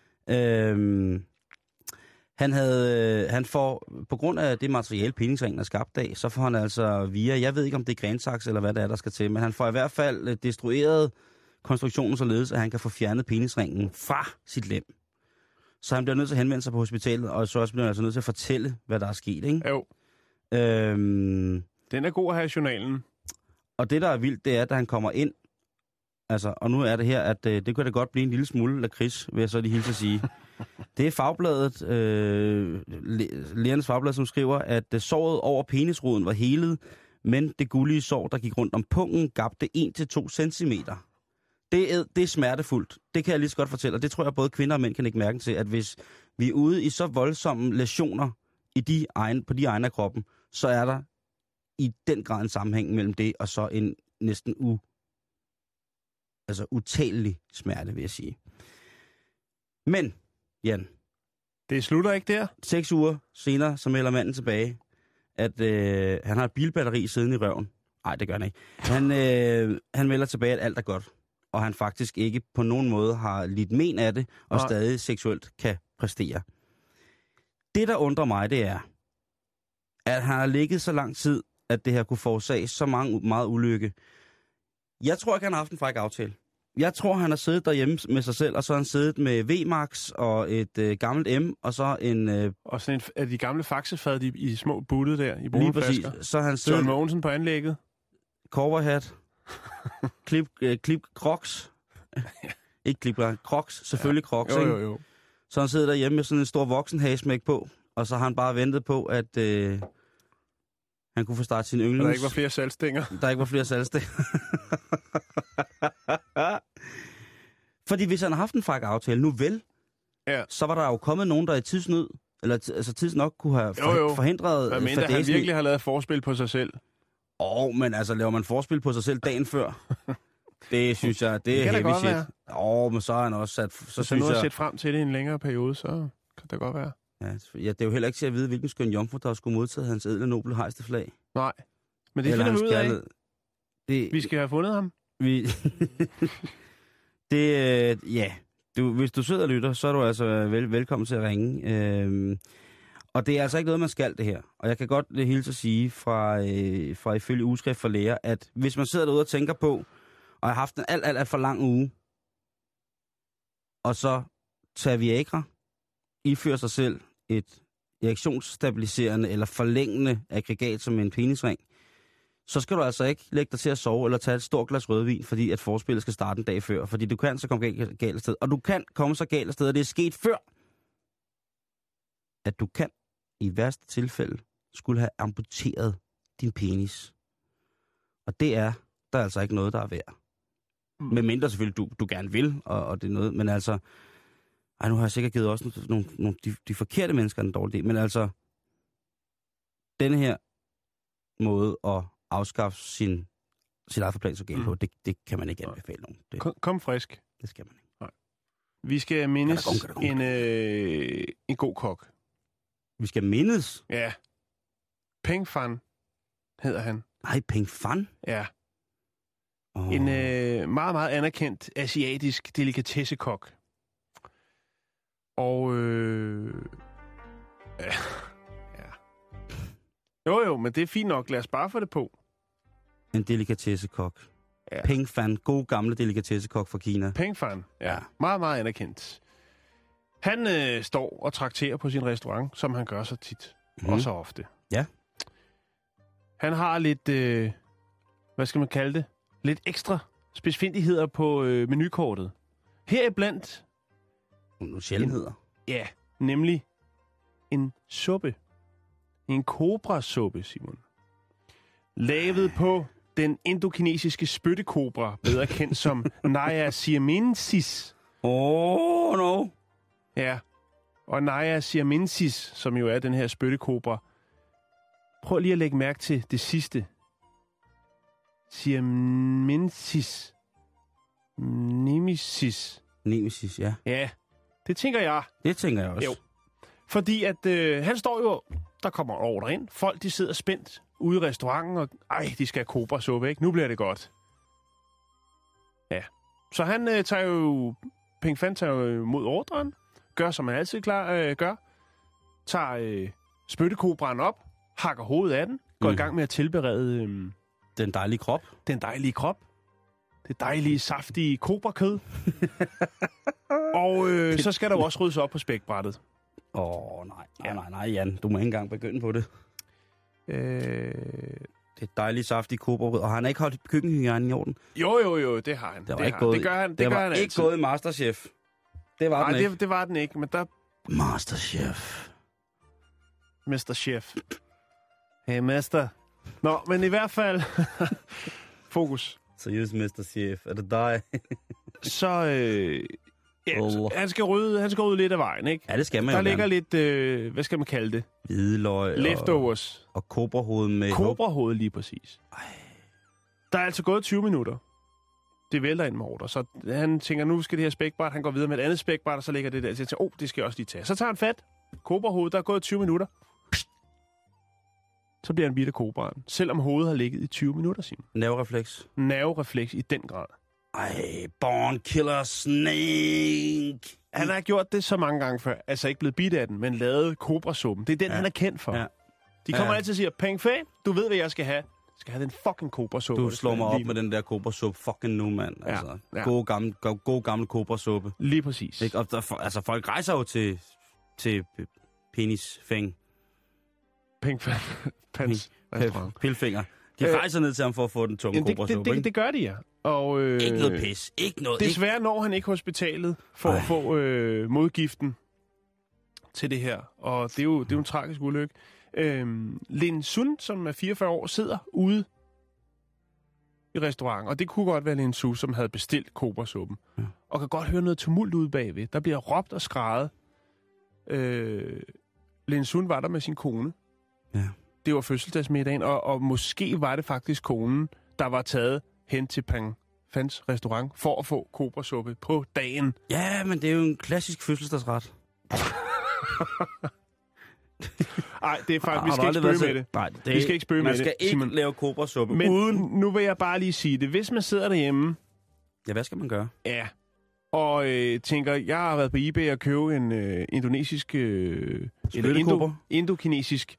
Han får, på grund af det materiale, penisringen er skabt af, så får han altså via, jeg ved ikke om det er grensaks eller hvad det er, der skal til, men han får i hvert fald destrueret konstruktionen således, at han kan få fjernet penisringen fra sit lem. Så han bliver nødt til at henvende sig på hospitalet, og så også bliver han altså nødt til at fortælle, hvad der er sket, ikke? Jo. Den er god at have i journalen. Og det, der er vildt, det er, at da han kommer ind, altså, og nu er det her, at det kunne da godt blive en lille smule lakrids, vil jeg så lige hilse at sige. Det er Fagbladet, Lægernes Fagblad, som skriver, at såret over penisroden var helet, men det gullige sår, der gik rundt om pungen, gabte 1-2 centimeter. Det er smertefuldt. Det kan jeg lige så godt fortælle, og det tror jeg både kvinder og mænd kan ikke mærke til, at hvis vi er ude i så voldsomme læsioner på de egne af kroppen, så er der i den grad en sammenhæng mellem det og så en næsten utalelig smerte, vil jeg sige. Men, Jan. Det slutter ikke der? 6 uger senere, så melder manden tilbage, at han har et bilbatteri siddende i røven. Nej, det gør han ikke. Han melder tilbage, at alt er godt. Og han faktisk ikke på nogen måde har lidt men af det, og stadig seksuelt kan præstere. Det, der undrer mig, det er, at han har ligget så lang tid, at det her kunne forårsage så meget ulykke. Jeg tror ikke, han har haft en fræk aftale. Jeg tror, han har siddet derhjemme med sig selv, og så har han siddet med V-Max og et gammelt M, og så en... Og sådan en af de gamle faxefad i små butte der, i brune flasker. Så har han siddet... John Mogensen på anlægget. Cowboyhat. Klip Crocs. Ikke klip, Crocs. Selvfølgelig Crocs, ikke? Jo. Så han sidder derhjemme med sådan en stor voksenhagesmæk på, og så har han bare ventet på, at han kunne få startet sin yndlings... Der ikke var flere salgstænger. Fordi hvis han har haft en fræk aftale, nu vel, så var der jo kommet nogen, der i tidsnød, eller tidsnok kunne have forhindret... Hvad mindre han virkelig har lavet forspil på sig selv? Men altså, laver man forspil på sig selv dagen før? Det synes jeg, det er heavy shit. Men så har han også sat... Så hvis han nu har set frem til det i en længere periode, så kan det godt være. Ja, det er jo heller ikke til at vide, hvilken skøn jomfru, der skulle modtage hans ædle noble hejsteflag. Nej, men det finder vi ud af. Vi skal have fundet ham. Hvis du sidder og lytter, så er du altså velkommen til at ringe. Og det er altså ikke noget, man skal det her. Og jeg kan godt hilse at sige fra ifølge ugeskrift for læger, at hvis man sidder derude og tænker på, og har haft en alt for lang uge, og så tager Viagra, ifører sig selv et erektionsstabiliserende eller forlængende aggregat som en penisring, så skal du altså ikke lægge dig til at sove eller tage et stort glas rødvin, fordi at forspillet skal starte en dag før. Fordi du kan så komme galt sted. Og du kan komme så galt sted, og det er sket før, at du kan i værste tilfælde skulle have amputeret din penis. Og det er der altså ikke noget, der er værd. Med mindre selvfølgelig, du gerne vil, og det er noget, men altså... nu har jeg sikkert givet også nogle de forkerte mennesker en dårlig idé, men altså... Denne her måde at afskaffe sit eget forplantningsorgan på, det kan man ikke anbefale nogen. Kom frisk. Det skal man ikke. Nej. Vi skal mindes en god kok. Vi skal mindes? Ja. Peng Fan hedder han. Nej, Peng Fan? Ja. En meget, meget anerkendt asiatisk delikatessekok. Og ja. Jo, men det er fint nok. Lad os bare få det på. En delikatessekok. Ja. Peng Fan, god gamle delikatessekok fra Kina. Peng Fan, ja. Meget, meget anerkendt. Han står og trakterer på sin restaurant, som han gør så tit. Og så ofte. Ja. Han har lidt, hvad skal man kalde det? Lidt ekstra specifindigheder på menukortet. Heriblandt... Nogle sjældenheder. Ja, nemlig en suppe. En kobrasuppe, Simon. Lavet på den indokinesiske spyttekobra, bedre kendt som Naja siamensis. No. Ja, og Naja siamensis, som jo er den her spyttekobra. Prøv lige at lægge mærke til det sidste. Siamensis. Nemesis, ja. Ja, det tænker jeg. Det tænker jeg også. Jo. Fordi at han står jo, der kommer ordre ind. Folk, de sidder spændt ude i restauranten, og de skal have kobrasuppe, ikke? Nu bliver det godt. Ja. Så han tager jo, Peng Fan tager jo imod ordren, gør som man altid gør, tager spyttekobraen op, hakker hovedet af den, går i gang med at tilberede den dejlige krop. Det dejlige, saftige kobrakød. Og så skal der jo også ryddes op på spækbrættet. Nej, Jan. Du må ikke engang begynde på det. Det er dejligt saftige kobrarød. Og han har ikke holdt køkkenhygiejnen i orden? Jo, det har han. Det var ikke gået i Masterchef. Det var den ikke. Det var den ikke, men der... Masterchef. Mr. Chef. Hey, Mester. Nå, men i hvert fald... Fokus. Seriøst, Mr. Chef. Er det dig? han skal rydde lidt af vejen, ikke? Ja, det skal man der jo ligger lidt, hvad skal man kalde det? Hvidløg leftovers. Og kobrahoved med... Kobrahoved lige præcis. Der er altså gået 20 minutter. Det vælter ind med ordre. Så han tænker, nu skal det her spækbræt. Han går videre med et andet spækbræt, og så ligger det der. Så jeg tænker, det skal jeg også lige tage. Så tager han fat. Kobrahovedet, der er gået 20 minutter. Så bliver han bidt af kobraen. Selvom hovedet har ligget i 20 minutter, Simon. Nerverefleks. Nerverefleks i den grad. Born Killer Snake. Han har gjort det så mange gange før. Altså ikke blevet bidt af den, men lavet kobrasuppen. Det er den, han er kendt for. Ja. De kommer altid og siger, Peng Fæ, du ved, hvad jeg skal have. Jeg skal have den fucking kobrasuppe. Du slår mig op med den der kobrasuppe. Fucking nu, mand. Altså, god gammel kobrasuppe. Lige præcis. Ikke? Og altså, folk rejser jo til penisfæng. Pilfinger. De rejser ned til ham for at få den tunge kobrasuppe. Det gør de, ja. Og, ikke noget pis. Ikke noget. Desværre når han ikke hospitalet for at få modgiften til det her. Og det er jo en tragisk ulykke. Lin Sun, som er 44 år, sidder ude i restauranten. Og det kunne godt være Lin Sun, som havde bestilt kobrasuppen. Ja. Og kan godt høre noget tumult ude bagved. Der bliver råbt og skrædet. Lin Sun var der med sin kone. Ja. Det var fødselsdagsmiddagen, og måske var det faktisk konen, der var taget hen til Peng Fans restaurant for at få kobrasuppe på dagen. Ja, men det er jo en klassisk fødselsdagsret. Nej, det er faktisk, vi skal ikke spøge med det. Nej, vi skal ikke spøge med det. Man skal ikke lave kobrasuppe. Men nu vil jeg bare lige sige det. Hvis man sidder derhjemme... Ja, hvad skal man gøre? Ja, og tænker, jeg har været på eBay og købe en indonesisk... indokinesisk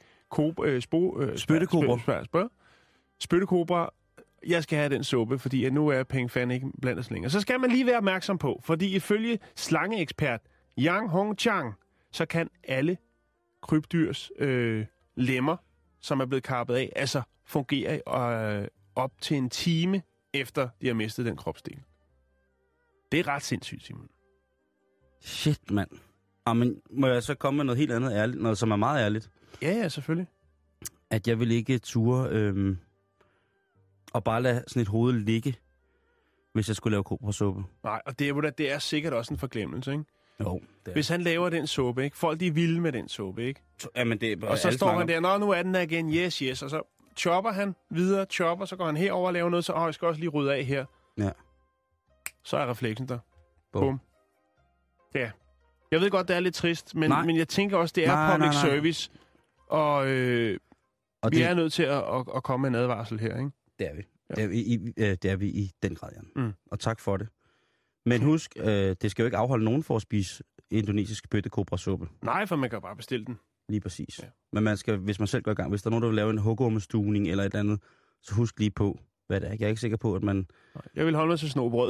spyttekobra. Jeg skal have den suppe, fordi nu er Peng Fan ikke blandt os længere. Så skal man lige være opmærksom på, fordi ifølge slangeekspert Yang Hong Chang, så kan alle krybdyrs lemmer, som er blevet kappet af, altså fungere op til en time efter de har mistet den kropsdel. Det er ret sindssygt, Simon. Shit, mand. Men må jeg så komme med noget helt andet ærligt, noget som er meget ærligt? Ja, selvfølgelig. At jeg vil ikke ture og bare lade sådan et hoved ligge, hvis jeg skulle lave kobrasuppe. Nej, og det er sikkert også en forglemmelse, ikke? Jo. Hvis han laver den suppe, ikke? Folk de er vilde med den suppe, ikke? Jamen, det er og så står han der, nu er den der igen, yes, og så chopper han videre, så går han herover og laver noget, så jeg skal også lige rydde af her. Ja. Så er refleksen der. Bum. Ja. Jeg ved godt, det er lidt trist, men jeg tænker også, det er public service, og vi er nødt til at komme med en advarsel her, ikke? Det er vi. Ja. Det er vi i den grad, Jan. Og tak for det. Men husk, det skal jo ikke afholde nogen for at spise indonesisk spyttekobrasuppe. Nej, for man kan bare bestille den. Lige præcis. Ja. Men man skal, hvis man selv går i gang, hvis der er nogen, der vil lave en hugormestuning eller et andet, så husk lige på, hvad det er. Jeg er ikke sikker på, at man... Jeg vil holde mig til snobrød.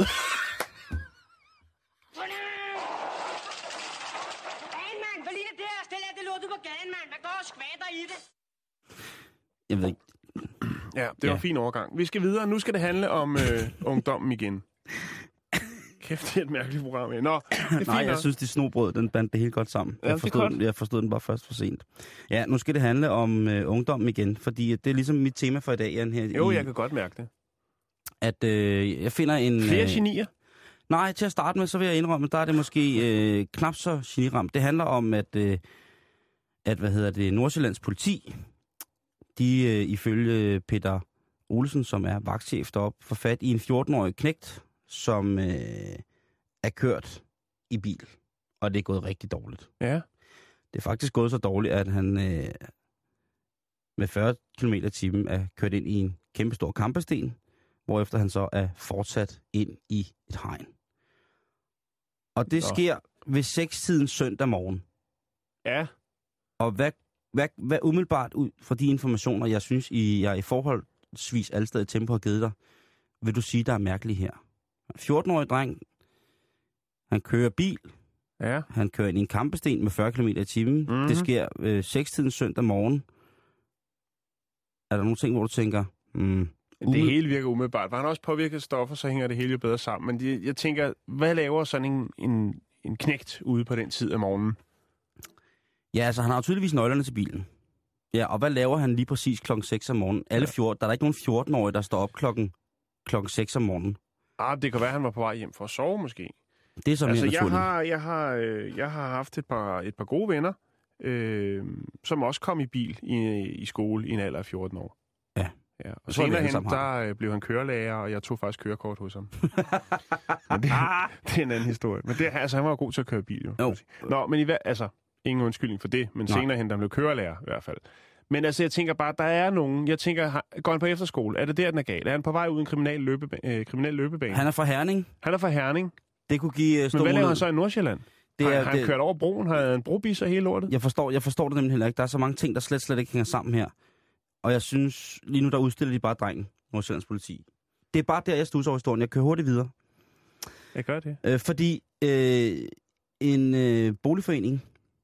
Jeg ved ikke. Ja, det var en fin overgang. Vi skal videre. Nu skal det handle om ungdommen igen. Kæft, det er et mærkeligt program. Nå, det er fint. Nej, jeg synes, det snobrød, den bandt det helt godt sammen. Ja, jeg forstod den bare først for sent. Ja, nu skal det handle om ungdommen igen, fordi det er ligesom mit tema for i dag, Jan. Her jo, jeg kan godt mærke det. At jeg finder en... Flere genier? Nej, til at starte med, så vil jeg indrømme, der er det måske knap så geniramt. Det handler om, at Nordsjællands politi, de ifølge Peter Olsen, som er vagtchef deroppe, får fat i en 14-årig knægt, som er kørt i bil, og det er gået rigtig dårligt. Ja. Det er faktisk gået så dårligt, at han med 40 km/t er kørt ind i en kæmpestor kampesten, hvorefter han så er fortsat ind i et hegn. Og det sker ved 6-tiden søndag morgen. Ja. Og hvad umiddelbart ud fra de informationer, jeg synes, jeg i forholdsvis allestedet tempo har givet dig, vil du sige, der er mærkeligt her? 14-årig dreng, han kører bil, han kører ind i en kampesten med 40 km/t. Mm-hmm. Det sker 6-tiden søndag morgen. Er der nogle ting, hvor du tænker... Det hele virker umiddelbart. Var han også påvirket stoffer, så hænger det hele jo bedre sammen. Men jeg tænker, hvad laver sådan en knægt ude på den tid af morgenen? Ja, altså han har jo tydeligvis nøglerne til bilen. Ja, og hvad laver han lige præcis klokken 6 om morgenen? Der er der ikke nogen 14-årige, der står op klokken 6 om morgenen. Det kan være, han var på vej hjem for at sove, måske. Det er så mere naturligt. Jeg har haft et par gode venner, som også kom i bil i skole i en alder af 14 år. Ja. Og senere hen, der blev han kørelærer, og jeg tog faktisk kørekort hos ham. Men det er en anden historie. Men han var jo god til at køre bil, jo. Nå, men ingen undskyldning for det, men senere hen, der blev kørelærer i hvert fald. Men jeg tænker bare, der er nogen, går han på efterskole? Er det der, den er galt? Er han på vej ud i en kriminel løbebane? Han er fra Herning. Det kunne give Men hvad laver han så i Nordsjælland? Har han kørt over broen? Har han en brobis og hele lortet? Jeg forstår det nemlig heller ikke. Der er så mange ting, der slet ikke hænger sammen her. Og jeg synes, lige nu der udstiller de bare drengen, Nordsjællands politi. Det er bare der, jeg studser over historien. Jeg kører hurtigt videre. Jeg gør det. Fordi en boligforening...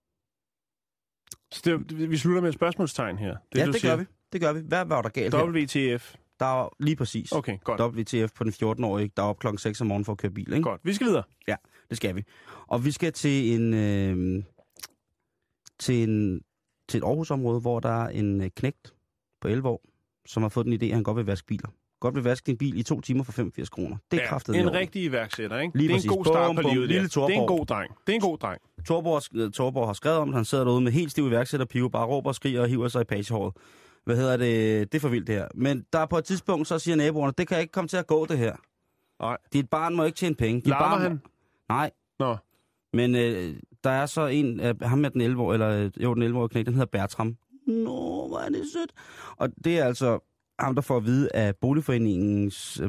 Så vi slutter med et spørgsmålstegn her. Det gør vi. Hvad var der galt her? WTF. Der er lige præcis. Okay, godt. WTF på den 14-årige, der er op klokken 6 om morgenen for at køre bil, ikke? Godt. Vi skal videre. Ja, det skal vi. Og vi skal til et Aarhusområde, hvor der er en knægt på 11 år, som har fået den idé, at han godt vil vaske biler. Godt vil vaske din bil i 2 timer for 85 kroner. Det er kraftigt. En rigtig iværksætter, ikke? Lige det er præcis. En god start på livet. Lille Torborg. Det er en god dreng. Torborg har skrevet om det. Han sidder derude med helt stiv iværksætterpive, bare råber og skriger og hiver sig i pagehåret. Det er for vildt det her. Men der er på et tidspunkt, så siger naboerne, det kan ikke komme til at gå det her. Nej. Dit barn må ikke tjene penge. Larmer han? Nej. Nå. Men der er så en af ham med den 11-årige knægt, den hedder Bertram. Nå, hvor er det sødt. Og det er altså ham, der får at vide af boligforeningens,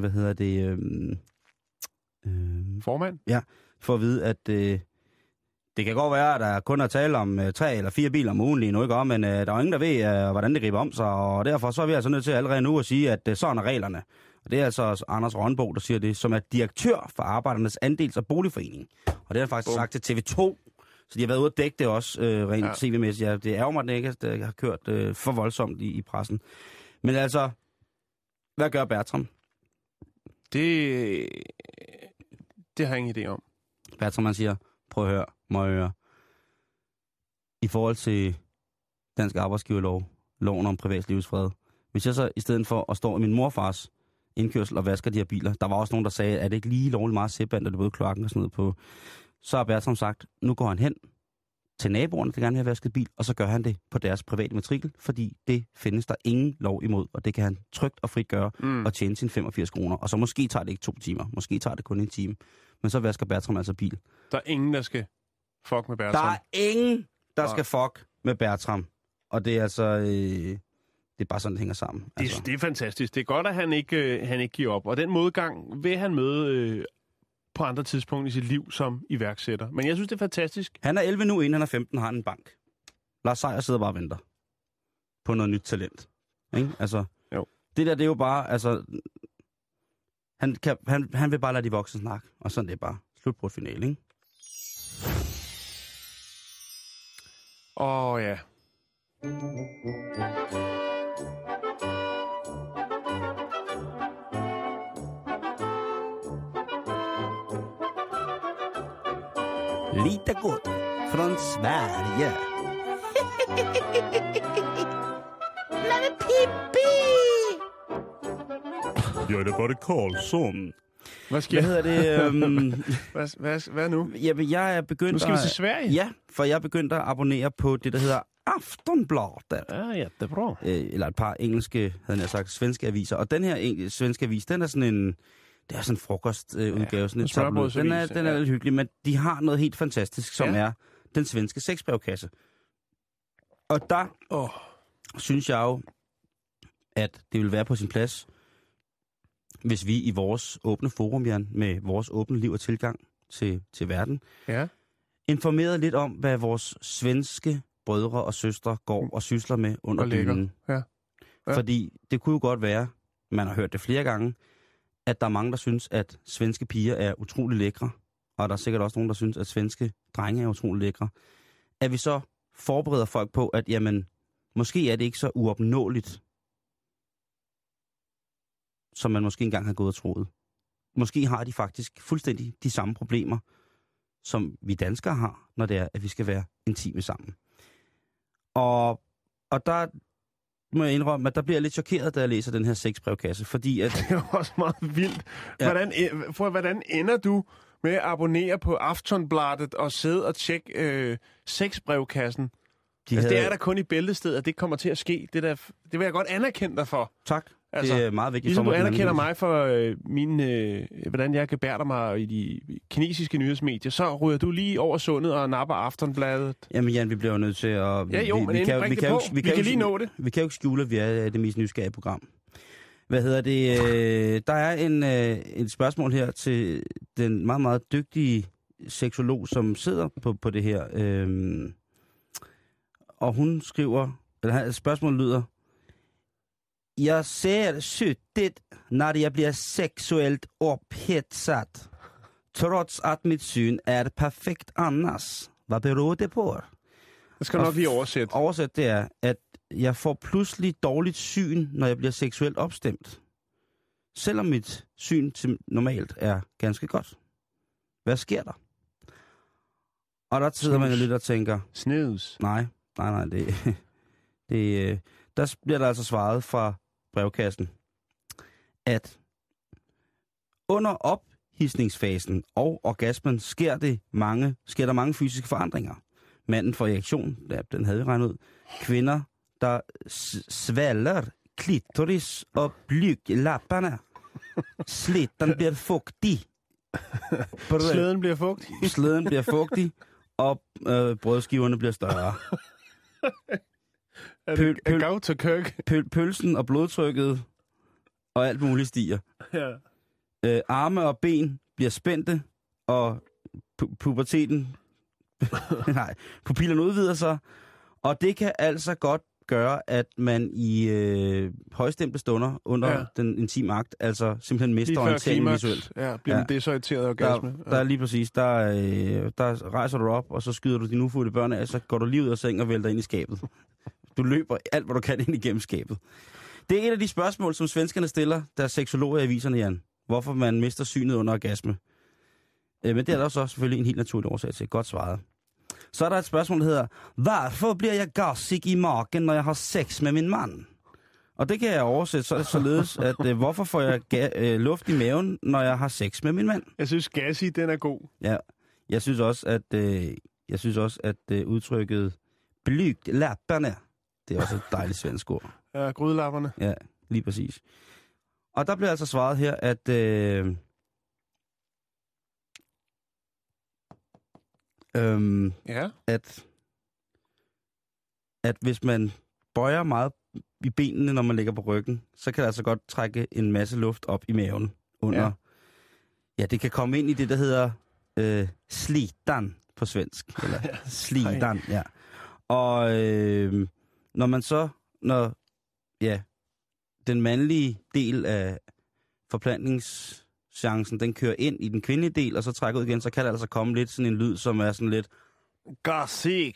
formand? Ja, får at vide, at det kan godt være, at der kun er tale om 3 eller 4 biler om ugen lige nu, ikke? Men der er jo ingen, der ved, hvordan det griber om sig, og derfor så er vi altså nødt til allerede nu at sige, at sådan er reglerne. Og det er altså Anders Rønbo, der siger det, som er direktør for Arbejdernes Andels- og Boligforening. Og det har han faktisk sagt til TV2, så de har været ude at dække det også rent tv-mæssigt. Ja, det er jo mig, at det har kørt for voldsomt i pressen. Men altså, hvad gør Bertram? Det har jeg ingen idé om. Bertram, han siger, prøv at høre, må jeg høre. I forhold til dansk arbejdsgiverlov, loven om privatlivsfred, hvis jeg så i stedet for at stå i min morfars indkørsel og vasker de her biler, der var også nogen, der sagde, at det ikke lige lovligt meget sæband, og det både kloakken og sådan noget på, så har Bertram sagt, nu går han hen til naboerne, der gerne vil have vasket bil, og så gør han det på deres private matrikel, fordi det findes der ingen lov imod, og det kan han trygt og frit gøre og tjene sine 85 kroner. Og så måske tager det ikke 2 timer, måske tager det kun 1 time, men så vasker Bertram altså bil. Der er ingen, der skal fuck med Bertram. Der er ingen, der skal fuck med Bertram. Og det er altså... det er bare sådan, det hænger sammen. Det er fantastisk. Det er godt, at han ikke giver op. Og den modgang vil han møde på andre tidspunkter i sit liv som iværksætter. Men jeg synes, det er fantastisk. Han er 11 nu, inden han er 15, har han en bank. Lars Seier sidder bare og venter på noget nyt talent. Ikke? Altså, jo. Det der, det er jo bare... Altså, han vil bare lade de voksne snakke. Og sådan det er bare slut på et finale, ikke? Ja. Lite gott från Sverige. Men Pippi! Ja, det var det Karlsson. Hvad sker? Hvad hedder det? Hvad nu? Jamen, jeg er begyndt nu skal vi til Sverige? Ja, for jeg er begyndt at abonnere på det, der hedder Aftonbladet. Ja, det er bra. Eller et par engelske, havde jeg sagt, svenske aviser. Og den her svenske avis, den er sådan en... Det er sådan en frokostudgave. Den er lidt hyggelig, men de har noget helt fantastisk, som er den svenske sexbrevkasse. Og der synes jeg jo, at det vil være på sin plads, hvis vi i vores åbne forum, Jan, med vores åbne liv og tilgang til verden, informerede lidt om, hvad vores svenske brødre og søstre går og sysler med under dynen. Ja. Fordi det kunne jo godt være, man har hørt det flere gange, at der er mange, der synes, at svenske piger er utrolig lækre, og der er sikkert også nogen, der synes, at svenske drenge er utrolig lækre. At vi så forbereder folk på, at jamen, måske er det ikke så uopnåeligt, som man måske engang har gået og troet. Måske har de faktisk fuldstændig de samme problemer, som vi danskere har, når det er, at vi skal være intime sammen. Og der må jeg indrømme, at der bliver jeg lidt chokeret, da jeg læser den her sexbrevkasse, fordi at... Det er også meget vildt. Hvordan ender du med at abonnere på Aftonbladet og sidde og tjekke sexbrevkassen? Det er der kun i Bæltested, at det kommer til at ske. Det vil jeg godt anerkende dig for. Tak. Altså, det er meget vigtigt ligesom for mig. Ligesom du anerkender mig for hvordan jeg gebærder mig i de kinesiske nyhedsmedier, så ryger du lige over sundet og napper Aftonbladet. Jamen Jan, vi bliver jo nødt til at... Ja jo, men vi kan lige nå det. Vi kan jo ikke skjule, at vi er det mest nysgerrige program. Hvad hedder det? Der er et spørgsmål her til den meget, meget dygtige seksolog, som sidder på det her. Og hun skriver... Spørgsmålet lyder... Jeg ser suttit när jag blir sexuellt upphetsad. Trots att mitt syn är perfekt annars. Hvad beror det på? Det skal nok lige oversætte. Oversæt det er, at jeg får pludselig dårligt syn, når jeg bliver seksuelt opstemt. Selvom mit syn til normalt er ganske godt. Hvad sker der? Og der sidder man jo lidt og tænker... Snus. Nej, der bliver der altså svaret fra brevkassen, at under ophidsningsfasen og orgasmen sker der mange fysiske forandringer. Manden får erektion, den havde vi regnet ud. Kvinder, der svælger klitoris og blyglapperne. Slitten bliver fugtig. Slæden bliver fugtig. Slæden bliver fugtig, og brødskiverne bliver større. Pølsen og blodtrykket og alt muligt stiger. Ja. Arme og ben bliver spændte, og puberteten... pupillerne udvider sig. Og det kan altså godt gøre, at man i højstemte stunder under den intime akt, altså simpelthen mister orienteringen visuelt. Ja, bliver en desorienteret orgasme. Der er lige præcis, der rejser du op, og så skyder du dine ufødte børn af, så går du lige ud af sengen og vælter ind i skabet. Du løber alt, hvad du kan ind igennem skabet. Det er et af de spørgsmål, som svenskerne stiller, der er seksologer i aviserne, Jan. Hvorfor man mister synet under orgasme. Men det er der så selvfølgelig en helt naturlig årsag til. Godt svaret. Så er der et spørgsmål, der hedder, hvorfor bliver jeg gassig i magen, når jeg har sex med min mand? Og det kan jeg oversætte således, at hvorfor får jeg luft i maven, når jeg har sex med min mand? Jeg synes, gassig, den er god. Ja, jeg synes også, at udtrykket blygt lapperne, det er også et dejligt svensk ord. Ja, grydellapperne. Ja, lige præcis. Og der bliver altså svaret her, at hvis man bøjer meget i benene, når man ligger på ryggen, så kan det altså godt trække en masse luft op i maven under. Ja, det kan komme ind i det, der hedder slitan på svensk. Eller slitan, ja. Og når man så, den mandlige del af forplantningschancen, den kører ind i den kvindelige del, og så trækker ud igen, så kan der altså komme lidt sådan en lyd, som er sådan lidt... Gassig.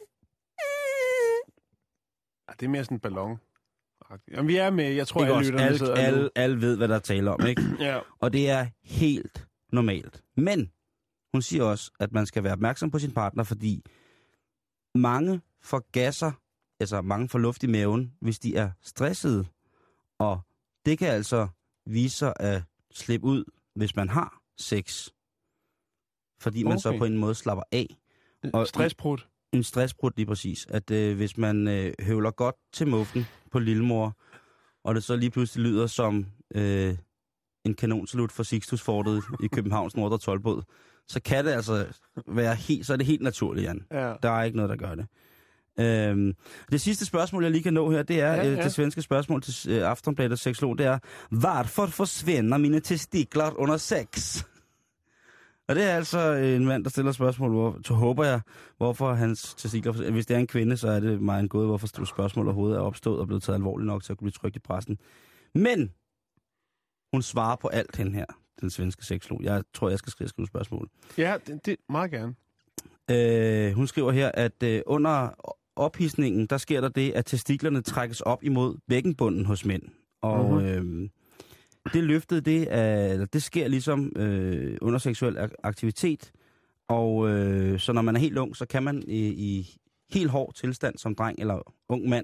Det er mere sådan en ballon. Jamen, vi er med. Jeg tror, alle ved, hvad der taler om, ikke? Ja. Og det er helt normalt. Men hun siger også, at man skal være opmærksom på sin partner, fordi mange får gasser, altså mange får luft i maven, hvis de er stressede. Og det kan altså vise sig at slippe ud, hvis man har sex. Fordi man så på en måde slapper af. Og stressbrud. En stressbrud, lige præcis. At hvis man høvler godt til muffen på lillemor, og det så lige pludselig lyder som en kanonsalut for Sixtusfortet i Københavns Nordre Toldbåd, så kan det altså være så er det helt naturligt, Jan. Ja. Der er ikke noget, der gør det. Det sidste spørgsmål, jeg lige kan nå her, det er det svenske spørgsmål til Aftonbladets seksolog, det er, hvorfor forsvinder mine testikler under sex? Og det er altså en mand, der stiller spørgsmål, så håber jeg, hvorfor hans testikler... Hvis det er en kvinde, så er det meget en gåde, hvorfor spørgsmål overhovedet er opstået og blevet taget alvorligt nok til at kunne blive trykt i pressen. Men hun svarer på alt hende her, den svenske seksolog. Jeg tror, jeg skal skrive spørgsmål. Ja, det meget gerne. Hun skriver her, at under ophidsningen, der sker der det, at testiklerne trækkes op imod bækkenbunden hos mænd. Og det løftede, det sker ligesom under seksuel aktivitet. Og så når man er helt ung, så kan man i helt hård tilstand som dreng eller ung mand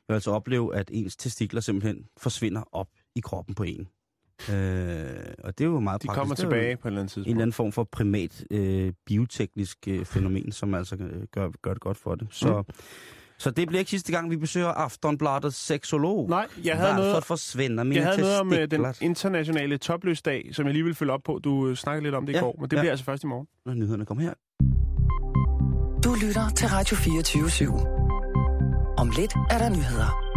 jo altså opleve, at ens testikler simpelthen forsvinder op i kroppen på en. Og det er jo meget praktisk. De kommer tilbage på et eller andet tidspunkt. En eller anden form for primat bioteknisk fænomen, som altså gør det godt for det. Så det bliver ikke sidste gang, vi besøger Aftonbladets seksolog. Nej, jeg havde noget, forsvinder mine jeg havde noget om testikler. den internationale topløsdag, som jeg lige vil følge op på. Du snakkede lidt om det i går, men det bliver altså først i morgen. Når nyhederne kommer her. Du lytter til Radio 24/7. Om lidt er der nyheder.